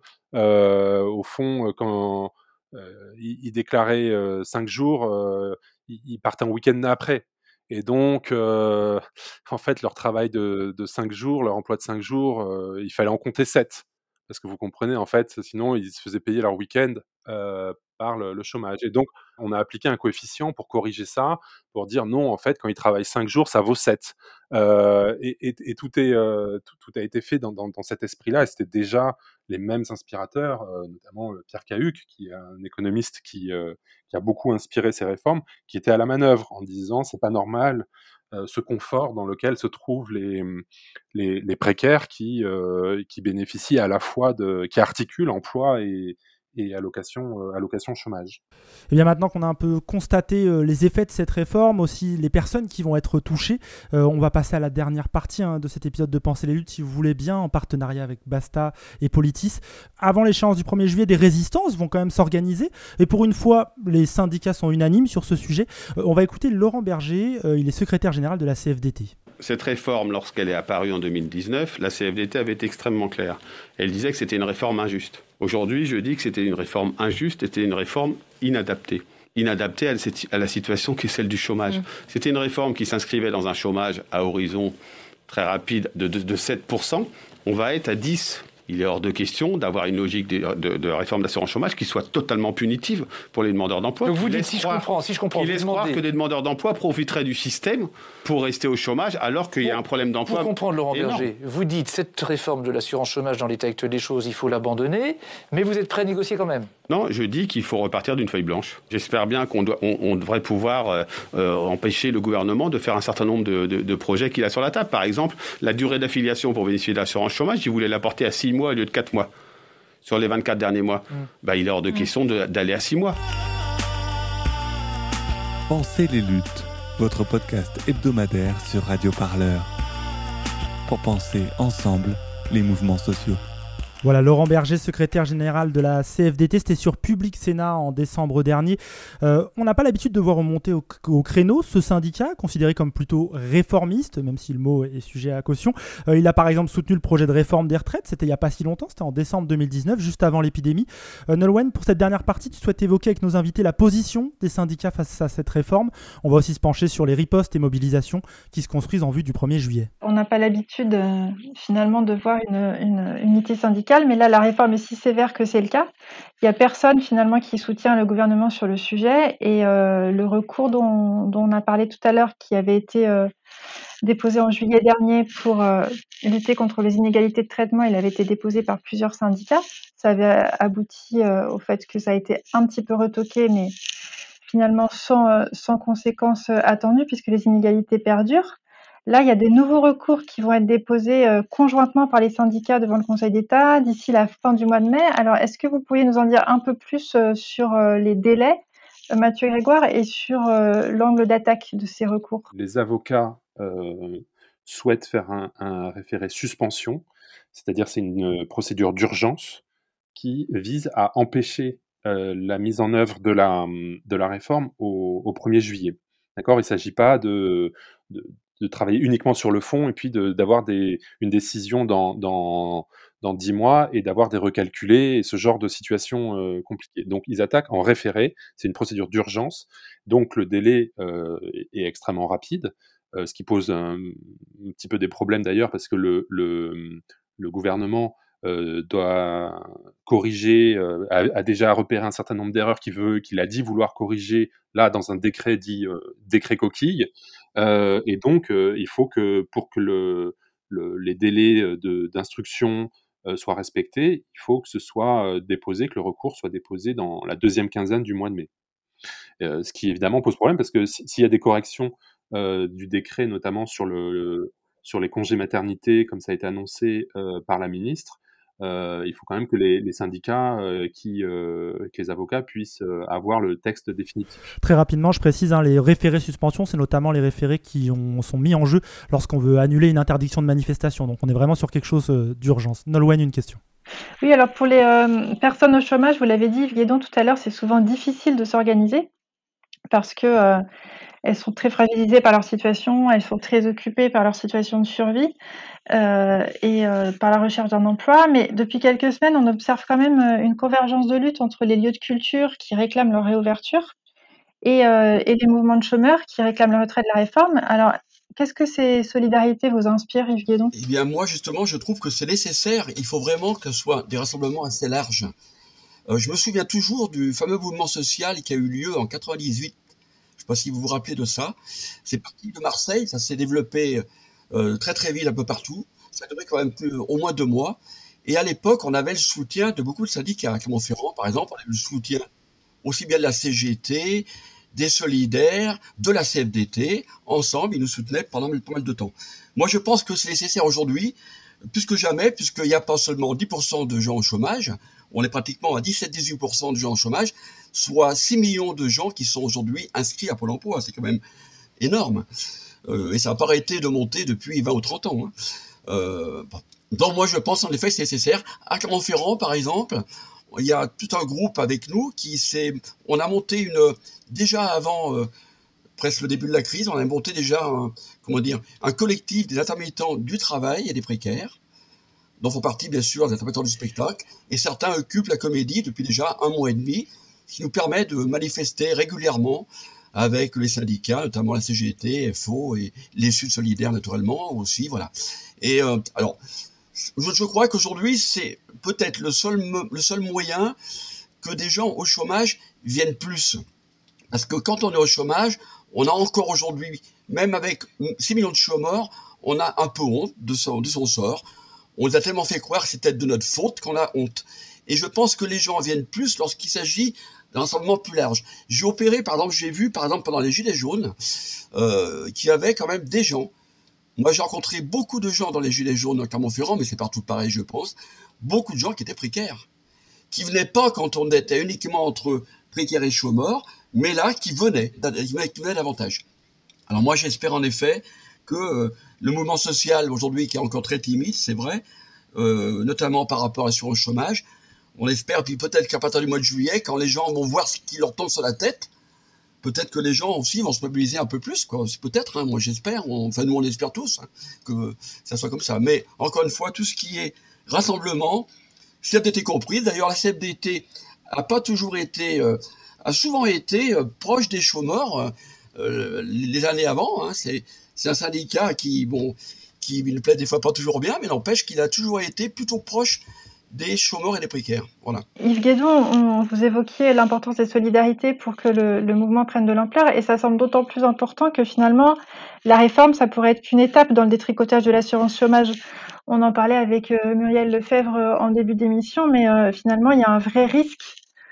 au fond, quand ils déclaraient 5 jours, ils partaient en week-end après. Et donc, en fait, leur travail de 5 jours, leur emploi de 5 jours, il fallait en compter 7. Parce que vous comprenez, en fait, sinon, ils se faisaient payer leur week-end par le chômage. Et donc, on a appliqué un coefficient pour corriger ça, pour dire non, en fait, quand ils travaillent 5 jours, ça vaut 7. Et tout a été fait dans cet esprit-là, et c'était déjà les mêmes inspirateurs, notamment Pierre Cahuc, qui est un économiste qui a beaucoup inspiré ces réformes, qui était à la manœuvre en disant c'est pas normal ce confort dans lequel se trouvent les précaires qui bénéficient à la fois qui articulent emploi et allocation chômage. Et bien maintenant qu'on a un peu constaté les effets de cette réforme, aussi les personnes qui vont être touchées, on va passer à la dernière partie de cet épisode de Penser les luttes, si vous voulez bien, en partenariat avec Basta et Politis. Avant l'échéance du 1er juillet, des résistances vont quand même s'organiser, et pour une fois, les syndicats sont unanimes sur ce sujet. On va écouter Laurent Berger, il est secrétaire général de la CFDT. Cette réforme, lorsqu'elle est apparue en 2019, la CFDT avait été extrêmement claire. Elle disait que c'était une réforme injuste. Aujourd'hui, je dis que c'était une réforme injuste, c'était une réforme inadaptée. Inadaptée à la situation qui est celle du chômage. C'était une réforme qui s'inscrivait dans un chômage à horizon très rapide de 7%. On va être à 10%. Il est hors de question d'avoir une logique de réforme d'assurance chômage qui soit totalement punitive pour les demandeurs d'emploi. Donc vous dites, si je comprends, il laisse croire que des demandeurs d'emploi profiteraient du système pour rester au chômage alors qu'il y a un problème d'emploi. Pour comprendre, Laurent Berger, vous dites cette réforme de l'assurance chômage dans l'état actuel des choses, il faut l'abandonner, mais vous êtes prêt à négocier quand même? Non, je dis qu'il faut repartir d'une feuille blanche. J'espère bien qu'on devrait pouvoir empêcher le gouvernement de faire un certain nombre de projets qu'il a sur la table. Par exemple, la durée d'affiliation pour bénéficier de l'assurance chômage, il voulait la porter à 6 mois au lieu de 4 mois. Sur les 24 derniers mois. Il est hors de question d'aller à 6 mois. Pensez les luttes. votre podcast hebdomadaire sur Radio Parleur. Pour penser ensemble les mouvements sociaux. Voilà, Laurent Berger, secrétaire général de la CFDT, c'était sur Public Sénat en décembre dernier. On n'a pas l'habitude de voir remonter au créneau ce syndicat, considéré comme plutôt réformiste, même si le mot est sujet à caution. Il a par exemple soutenu le projet de réforme des retraites, c'était il n'y a pas si longtemps, c'était en décembre 2019, juste avant l'épidémie. Nolwenn, pour cette dernière partie, tu souhaites évoquer avec nos invités la position des syndicats face à cette réforme. On va aussi se pencher sur les ripostes et mobilisations qui se construisent en vue du 1er juillet. On n'a pas l'habitude finalement de voir une unité syndicale, mais là la réforme est si sévère que c'est le cas. Il n'y a personne finalement qui soutient le gouvernement sur le sujet et le recours dont on a parlé tout à l'heure, qui avait été déposé en juillet dernier pour lutter contre les inégalités de traitement, il avait été déposé par plusieurs syndicats. Ça avait abouti au fait que ça a été un petit peu retoqué, mais finalement sans conséquences attendues puisque les inégalités perdurent. Là, il y a des nouveaux recours qui vont être déposés conjointement par les syndicats devant le Conseil d'État d'ici la fin du mois de mai. Alors, est-ce que vous pourriez nous en dire un peu plus sur les délais, Mathieu Grégoire, et sur l'angle d'attaque de ces recours? Les avocats souhaitent faire un référé suspension, c'est-à-dire c'est une procédure d'urgence qui vise à empêcher la mise en œuvre de la réforme au 1er juillet. D'accord ? Il ne s'agit pas de travailler uniquement sur le fond et puis d'avoir une décision dans 10 mois et d'avoir des recalculés et ce genre de situation compliquée. Donc ils attaquent en référé, c'est une procédure d'urgence, donc le délai est extrêmement rapide, ce qui pose un petit peu des problèmes d'ailleurs parce que le gouvernement doit corriger, a déjà repéré un certain nombre d'erreurs qu'il a dit vouloir corriger, là, dans un décret dit décret coquille. Et donc, il faut que, pour que les délais d'instruction soient respectés, il faut que ce soit déposé, que le recours soit déposé dans la deuxième quinzaine du mois de mai. Ce qui évidemment pose problème parce que s'il y a des corrections du décret, notamment sur les congés maternité, comme ça a été annoncé par la ministre, il faut quand même que les syndicats, que les avocats puissent avoir le texte définitif. Très rapidement, je précise, les référés suspension, c'est notamment les référés qui sont mis en jeu lorsqu'on veut annuler une interdiction de manifestation. Donc on est vraiment sur quelque chose d'urgence. Nolwenn, une question. Oui, alors pour les personnes au chômage, vous l'avez dit, Yves Guédon, tout à l'heure, c'est souvent difficile de s'organiser parce que elles sont très fragilisées par leur situation, elles sont très occupées par leur situation de survie et par la recherche d'un emploi. Mais depuis quelques semaines, on observe quand même une convergence de lutte entre les lieux de culture qui réclament leur réouverture et les mouvements de chômeurs qui réclament le retrait de la réforme. Alors, qu'est-ce que ces solidarités vous inspirent, Yves Guédon ? Eh bien, moi, justement, je trouve que c'est nécessaire. Il faut vraiment que ce soit des rassemblements assez larges. Je me souviens toujours du fameux mouvement social qui a eu lieu en 98. Je ne sais pas si vous vous rappelez de ça. C'est parti de Marseille, ça s'est développé très très vite un peu partout. Ça a duré quand même au moins 2 mois. Et à l'époque, on avait le soutien de beaucoup de syndicats. À Clermont-Ferrand, par exemple, on avait le soutien aussi bien de la CGT, des Solidaires, de la CFDT. Ensemble, ils nous soutenaient pendant pas mal de temps. Moi, je pense que c'est nécessaire aujourd'hui, plus que jamais, puisqu'il n'y a pas seulement 10% de gens au chômage, on est pratiquement à 17-18% de gens au chômage, soit 6 millions de gens qui sont aujourd'hui inscrits à Pôle emploi. C'est quand même énorme. Et ça n'a pas arrêté de monter depuis 20 ou 30 ans. Bon. Donc moi, je pense en effet que c'est nécessaire. À Clermont-Ferrand, par exemple, il y a tout un groupe avec nous on a monté déjà avant presque le début de la crise, on a monté déjà un collectif des intermittents du travail et des précaires, dont font partie bien sûr les intermittents du spectacle, et certains occupent la comédie depuis déjà 1 mois et demi, ce qui nous permet de manifester régulièrement avec les syndicats, notamment la CGT, FO et les Sud Solidaires naturellement aussi, voilà. Et alors, je crois qu'aujourd'hui c'est peut-être le seul moyen que des gens au chômage viennent plus, parce que quand on est au chômage, on a encore aujourd'hui, même avec 6 millions de chômeurs, on a un peu honte de son sort. On nous a tellement fait croire que c'était de notre faute qu'on a honte. Et je pense que les gens viennent plus lorsqu'il s'agit d'un rassemblement plus large. J'ai vu pendant les Gilets jaunes, qu'il y avait quand même des gens. Moi, j'ai rencontré beaucoup de gens dans les Gilets jaunes à Clermont-Ferrand, mais c'est partout pareil, je pense. Beaucoup de gens qui étaient précaires, qui venaient pas quand on était uniquement entre précaires et chômeurs, mais là, qui venaient davantage. Alors moi, j'espère en effet que le mouvement social aujourd'hui, qui est encore très timide, c'est vrai, notamment par rapport à l'assurance chômage, on espère, puis peut-être qu'à partir du mois de juillet, quand les gens vont voir ce qui leur tombe sur la tête, peut-être que les gens aussi vont se mobiliser un peu plus, quoi. C'est peut-être, hein, moi j'espère, enfin nous on espère tous, hein, que ça soit comme ça. Mais encore une fois, tout ce qui est rassemblement, ça a été compris. D'ailleurs, la CFDT a pas toujours été, a souvent été proche des chômeurs les années avant. Hein. C'est un syndicat qui ne plaît des fois pas toujours bien, mais n'empêche qu'il a toujours été plutôt proche des chômeurs et des précaires. Voilà. Yves Guédon, vous évoquiez l'importance des solidarités pour que le mouvement prenne de l'ampleur, et ça semble d'autant plus important que finalement, la réforme, ça pourrait être qu'une étape dans le détricotage de l'assurance chômage. On en parlait avec Muriel Lefebvre en début d'émission, mais finalement, il y a un vrai risque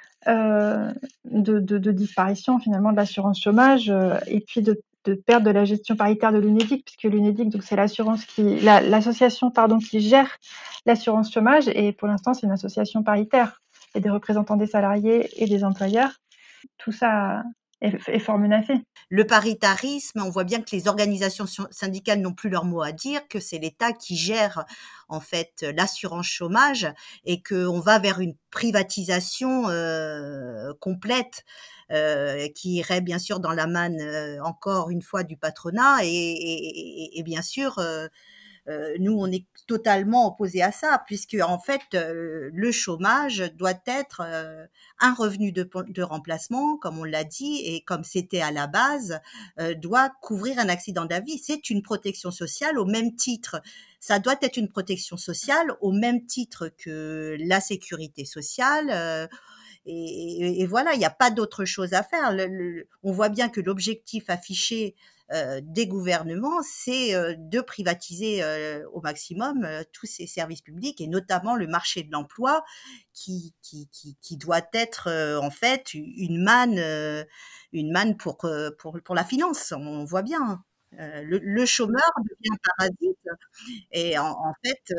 de disparition finalement de l'assurance chômage et puis de perte de la gestion paritaire de l'UNEDIC, puisque l'UNEDIC, donc c'est l'association qui gère l'assurance chômage, et pour l'instant c'est une association paritaire. Il y a des représentants des salariés et des employeurs. Tout ça est fort menacé. Le paritarisme, on voit bien que les organisations syndicales n'ont plus leur mot à dire, que c'est l'État qui gère en fait l'assurance chômage et qu'on va vers une privatisation complète qui irait bien sûr dans la manne encore une fois du patronat et bien sûr nous, on est totalement opposés à ça, puisque en fait, le chômage doit être un revenu de remplacement, comme on l'a dit, et comme c'était à la base, doit couvrir un accident de la vie. C'est une protection sociale au même titre. Ça doit être une protection sociale au même titre que la sécurité sociale. Et voilà, il n'y a pas d'autre chose à faire. On voit bien que l'objectif affiché des gouvernements, c'est de privatiser au maximum tous ces services publics et notamment le marché de l'emploi qui doit être en fait une manne pour la finance. On voit bien. Le chômeur devient un parasite et en fait,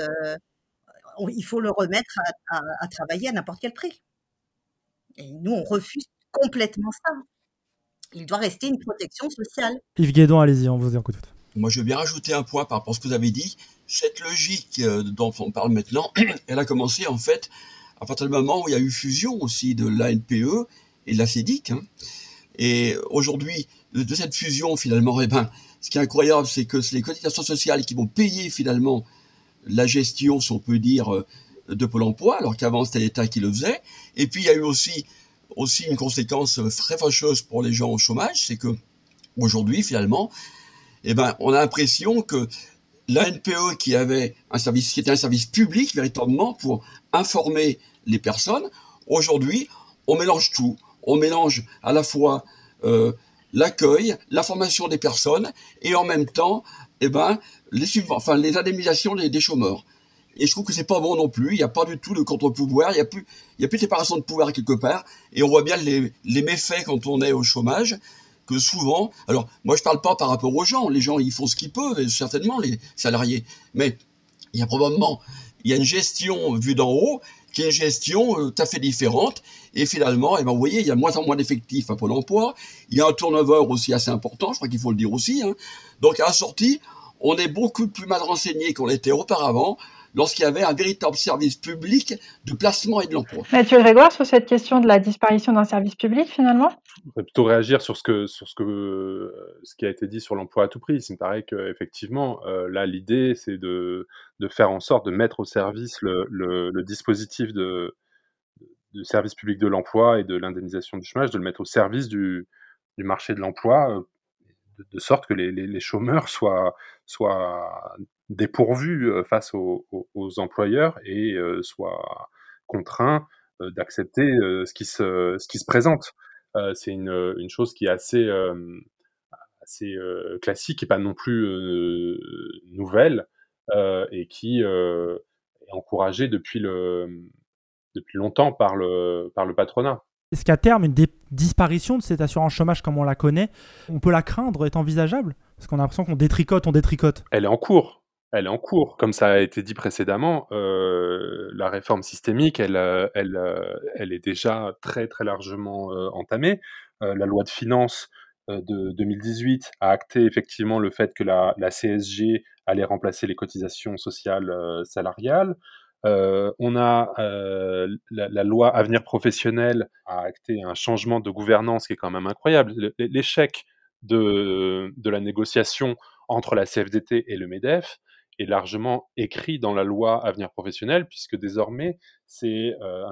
il faut le remettre à travailler à n'importe quel prix. Et nous, on refuse complètement ça. Il doit rester une protection sociale. Yves Guédon, allez-y, on vous écoute. Moi, je veux bien rajouter un point par rapport à ce que vous avez dit. Cette logique dont on parle maintenant, elle a commencé en fait à partir du moment où il y a eu fusion aussi de l'ANPE et de la CEDIC. Hein. Et aujourd'hui, de cette fusion, finalement, ce qui est incroyable, c'est que c'est les cotisations sociales qui vont payer finalement la gestion, si on peut dire, de Pôle emploi, alors qu'avant c'était l'État qui le faisait. Et puis il y a eu aussi une conséquence très fâcheuse pour les gens au chômage, c'est que aujourd'hui finalement, on a l'impression que l'ANPE qui était un service public véritablement pour informer les personnes, aujourd'hui on mélange tout, on mélange à la fois l'accueil, la formation des personnes et en même temps les indemnisations des chômeurs. Et je trouve que c'est pas bon non plus. Il n'y a pas du tout de contre-pouvoir. Il y a plus de séparation de pouvoir quelque part. Et on voit bien les méfaits quand on est au chômage, que souvent, alors, moi, je parle pas par rapport aux gens. Les gens, ils font ce qu'ils peuvent, et certainement, les salariés. Mais il y a une gestion vue d'en haut, qui est une gestion tout à fait différente. Et finalement, vous voyez, il y a de moins en moins d'effectifs à Pôle emploi. Il y a un turnover aussi assez important. Je crois qu'il faut le dire aussi, hein. Donc, à la sortie, on est beaucoup plus mal renseigné qu'on l'était auparavant, lorsqu'il y avait un véritable service public de placement et de l'emploi. Mathieu Grégoire, sur cette question de la disparition d'un service public, finalement ? Je voudrais plutôt réagir sur ce qui a été dit sur l'emploi à tout prix. Il me paraît qu'effectivement, là, l'idée, c'est de faire en sorte de mettre au service le dispositif de service public de l'emploi et de l'indemnisation du chômage, de le mettre au service du marché de l'emploi, de sorte que les chômeurs soient dépourvus face aux employeurs et soient contraints d'accepter ce qui se présente. C'est une chose qui est assez classique et pas non plus nouvelle et qui est encouragée depuis longtemps par le patronat. Est-ce qu'à terme, une disparition de cette assurance chômage comme on la connaît, on peut la craindre, est envisageable ? Parce qu'on a l'impression qu'on détricote. Elle est en cours. Comme ça a été dit précédemment, la réforme systémique, elle est déjà très très largement entamée. La loi de finances de 2018 a acté effectivement le fait que la CSG allait remplacer les cotisations sociales salariales. On a la loi Avenir Professionnel a acté un changement de gouvernance qui est quand même incroyable. L'échec de la négociation entre la CFDT et le MEDEF est largement écrit dans la loi Avenir Professionnel, puisque désormais c'est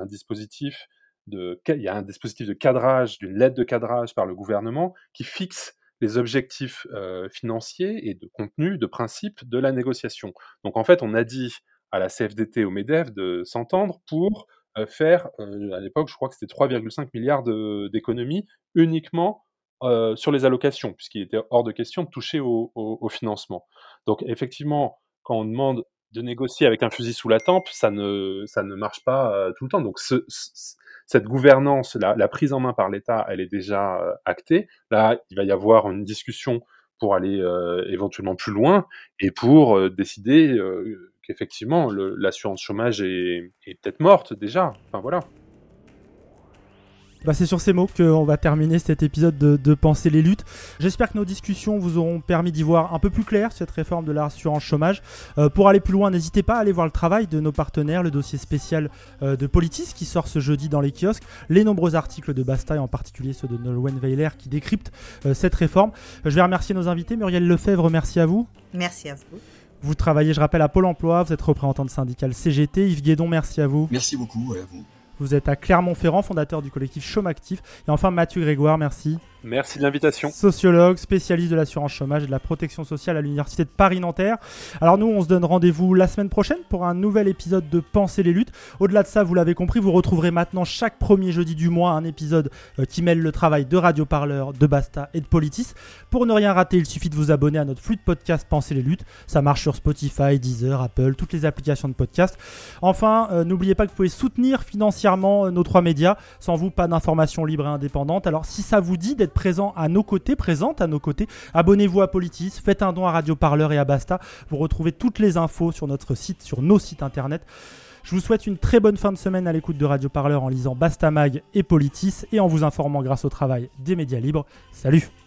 il y a un dispositif de cadrage, d'une lettre de cadrage par le gouvernement qui fixe les objectifs financiers et de contenu, de principe de la négociation. Donc en fait, on a dit à la CFDT et au MEDEF de s'entendre pour faire, à l'époque, je crois que c'était 3,5 milliards d'économies uniquement sur les allocations, puisqu'il était hors de question de toucher au financement. Donc effectivement, quand on demande de négocier avec un fusil sous la tempe, ça ne marche pas tout le temps. Donc cette gouvernance, la prise en main par l'État, elle est déjà actée. Là, il va y avoir une discussion pour aller éventuellement plus loin et pour décider qu'effectivement l'assurance chômage est peut-être morte déjà. Enfin voilà. C'est sur ces mots qu'on va terminer cet épisode de Penser les luttes. J'espère que nos discussions vous auront permis d'y voir un peu plus clair cette réforme de l'assurance chômage. Pour aller plus loin, n'hésitez pas à aller voir le travail de nos partenaires, le dossier spécial de Politis qui sort ce jeudi dans les kiosques, les nombreux articles de Basta et en particulier ceux de Nolwenn Weiler qui décryptent cette réforme. Je vais remercier nos invités. Muriel Lefebvre, merci à vous. Merci à vous. Vous travaillez, je rappelle, à Pôle emploi, vous êtes représentante syndicale CGT. Yves Guédon, merci à vous. Merci beaucoup, à vous. Vous êtes à Clermont-Ferrand, fondateur du collectif Chôme Actif. Et enfin, Mathieu Grégoire, merci. Merci de l'invitation. Sociologue, spécialiste de l'assurance chômage et de la protection sociale à l'Université de Paris-Nanterre. Alors nous, on se donne rendez-vous la semaine prochaine pour un nouvel épisode de Penser les luttes. Au-delà de ça, vous l'avez compris, vous retrouverez maintenant chaque premier jeudi du mois un épisode qui mêle le travail de Radio Parleur, de Basta et de Politis. Pour ne rien rater, il suffit de vous abonner à notre flux de podcast Penser les luttes. Ça marche sur Spotify, Deezer, Apple, toutes les applications de podcast. Enfin, n'oubliez pas que vous pouvez soutenir financièrement nos 3 médias. Sans vous, pas d'information libre et indépendante. Alors si ça vous dit d'être présente à nos côtés, abonnez-vous à Politis, faites un don à Radio Parleur et à Basta. Vous retrouvez toutes les infos sur notre site, sur nos sites internet. Je vous souhaite une très bonne fin de semaine à l'écoute de Radio Parleur en lisant Basta Mag et Politis et en vous informant grâce au travail des médias libres. Salut!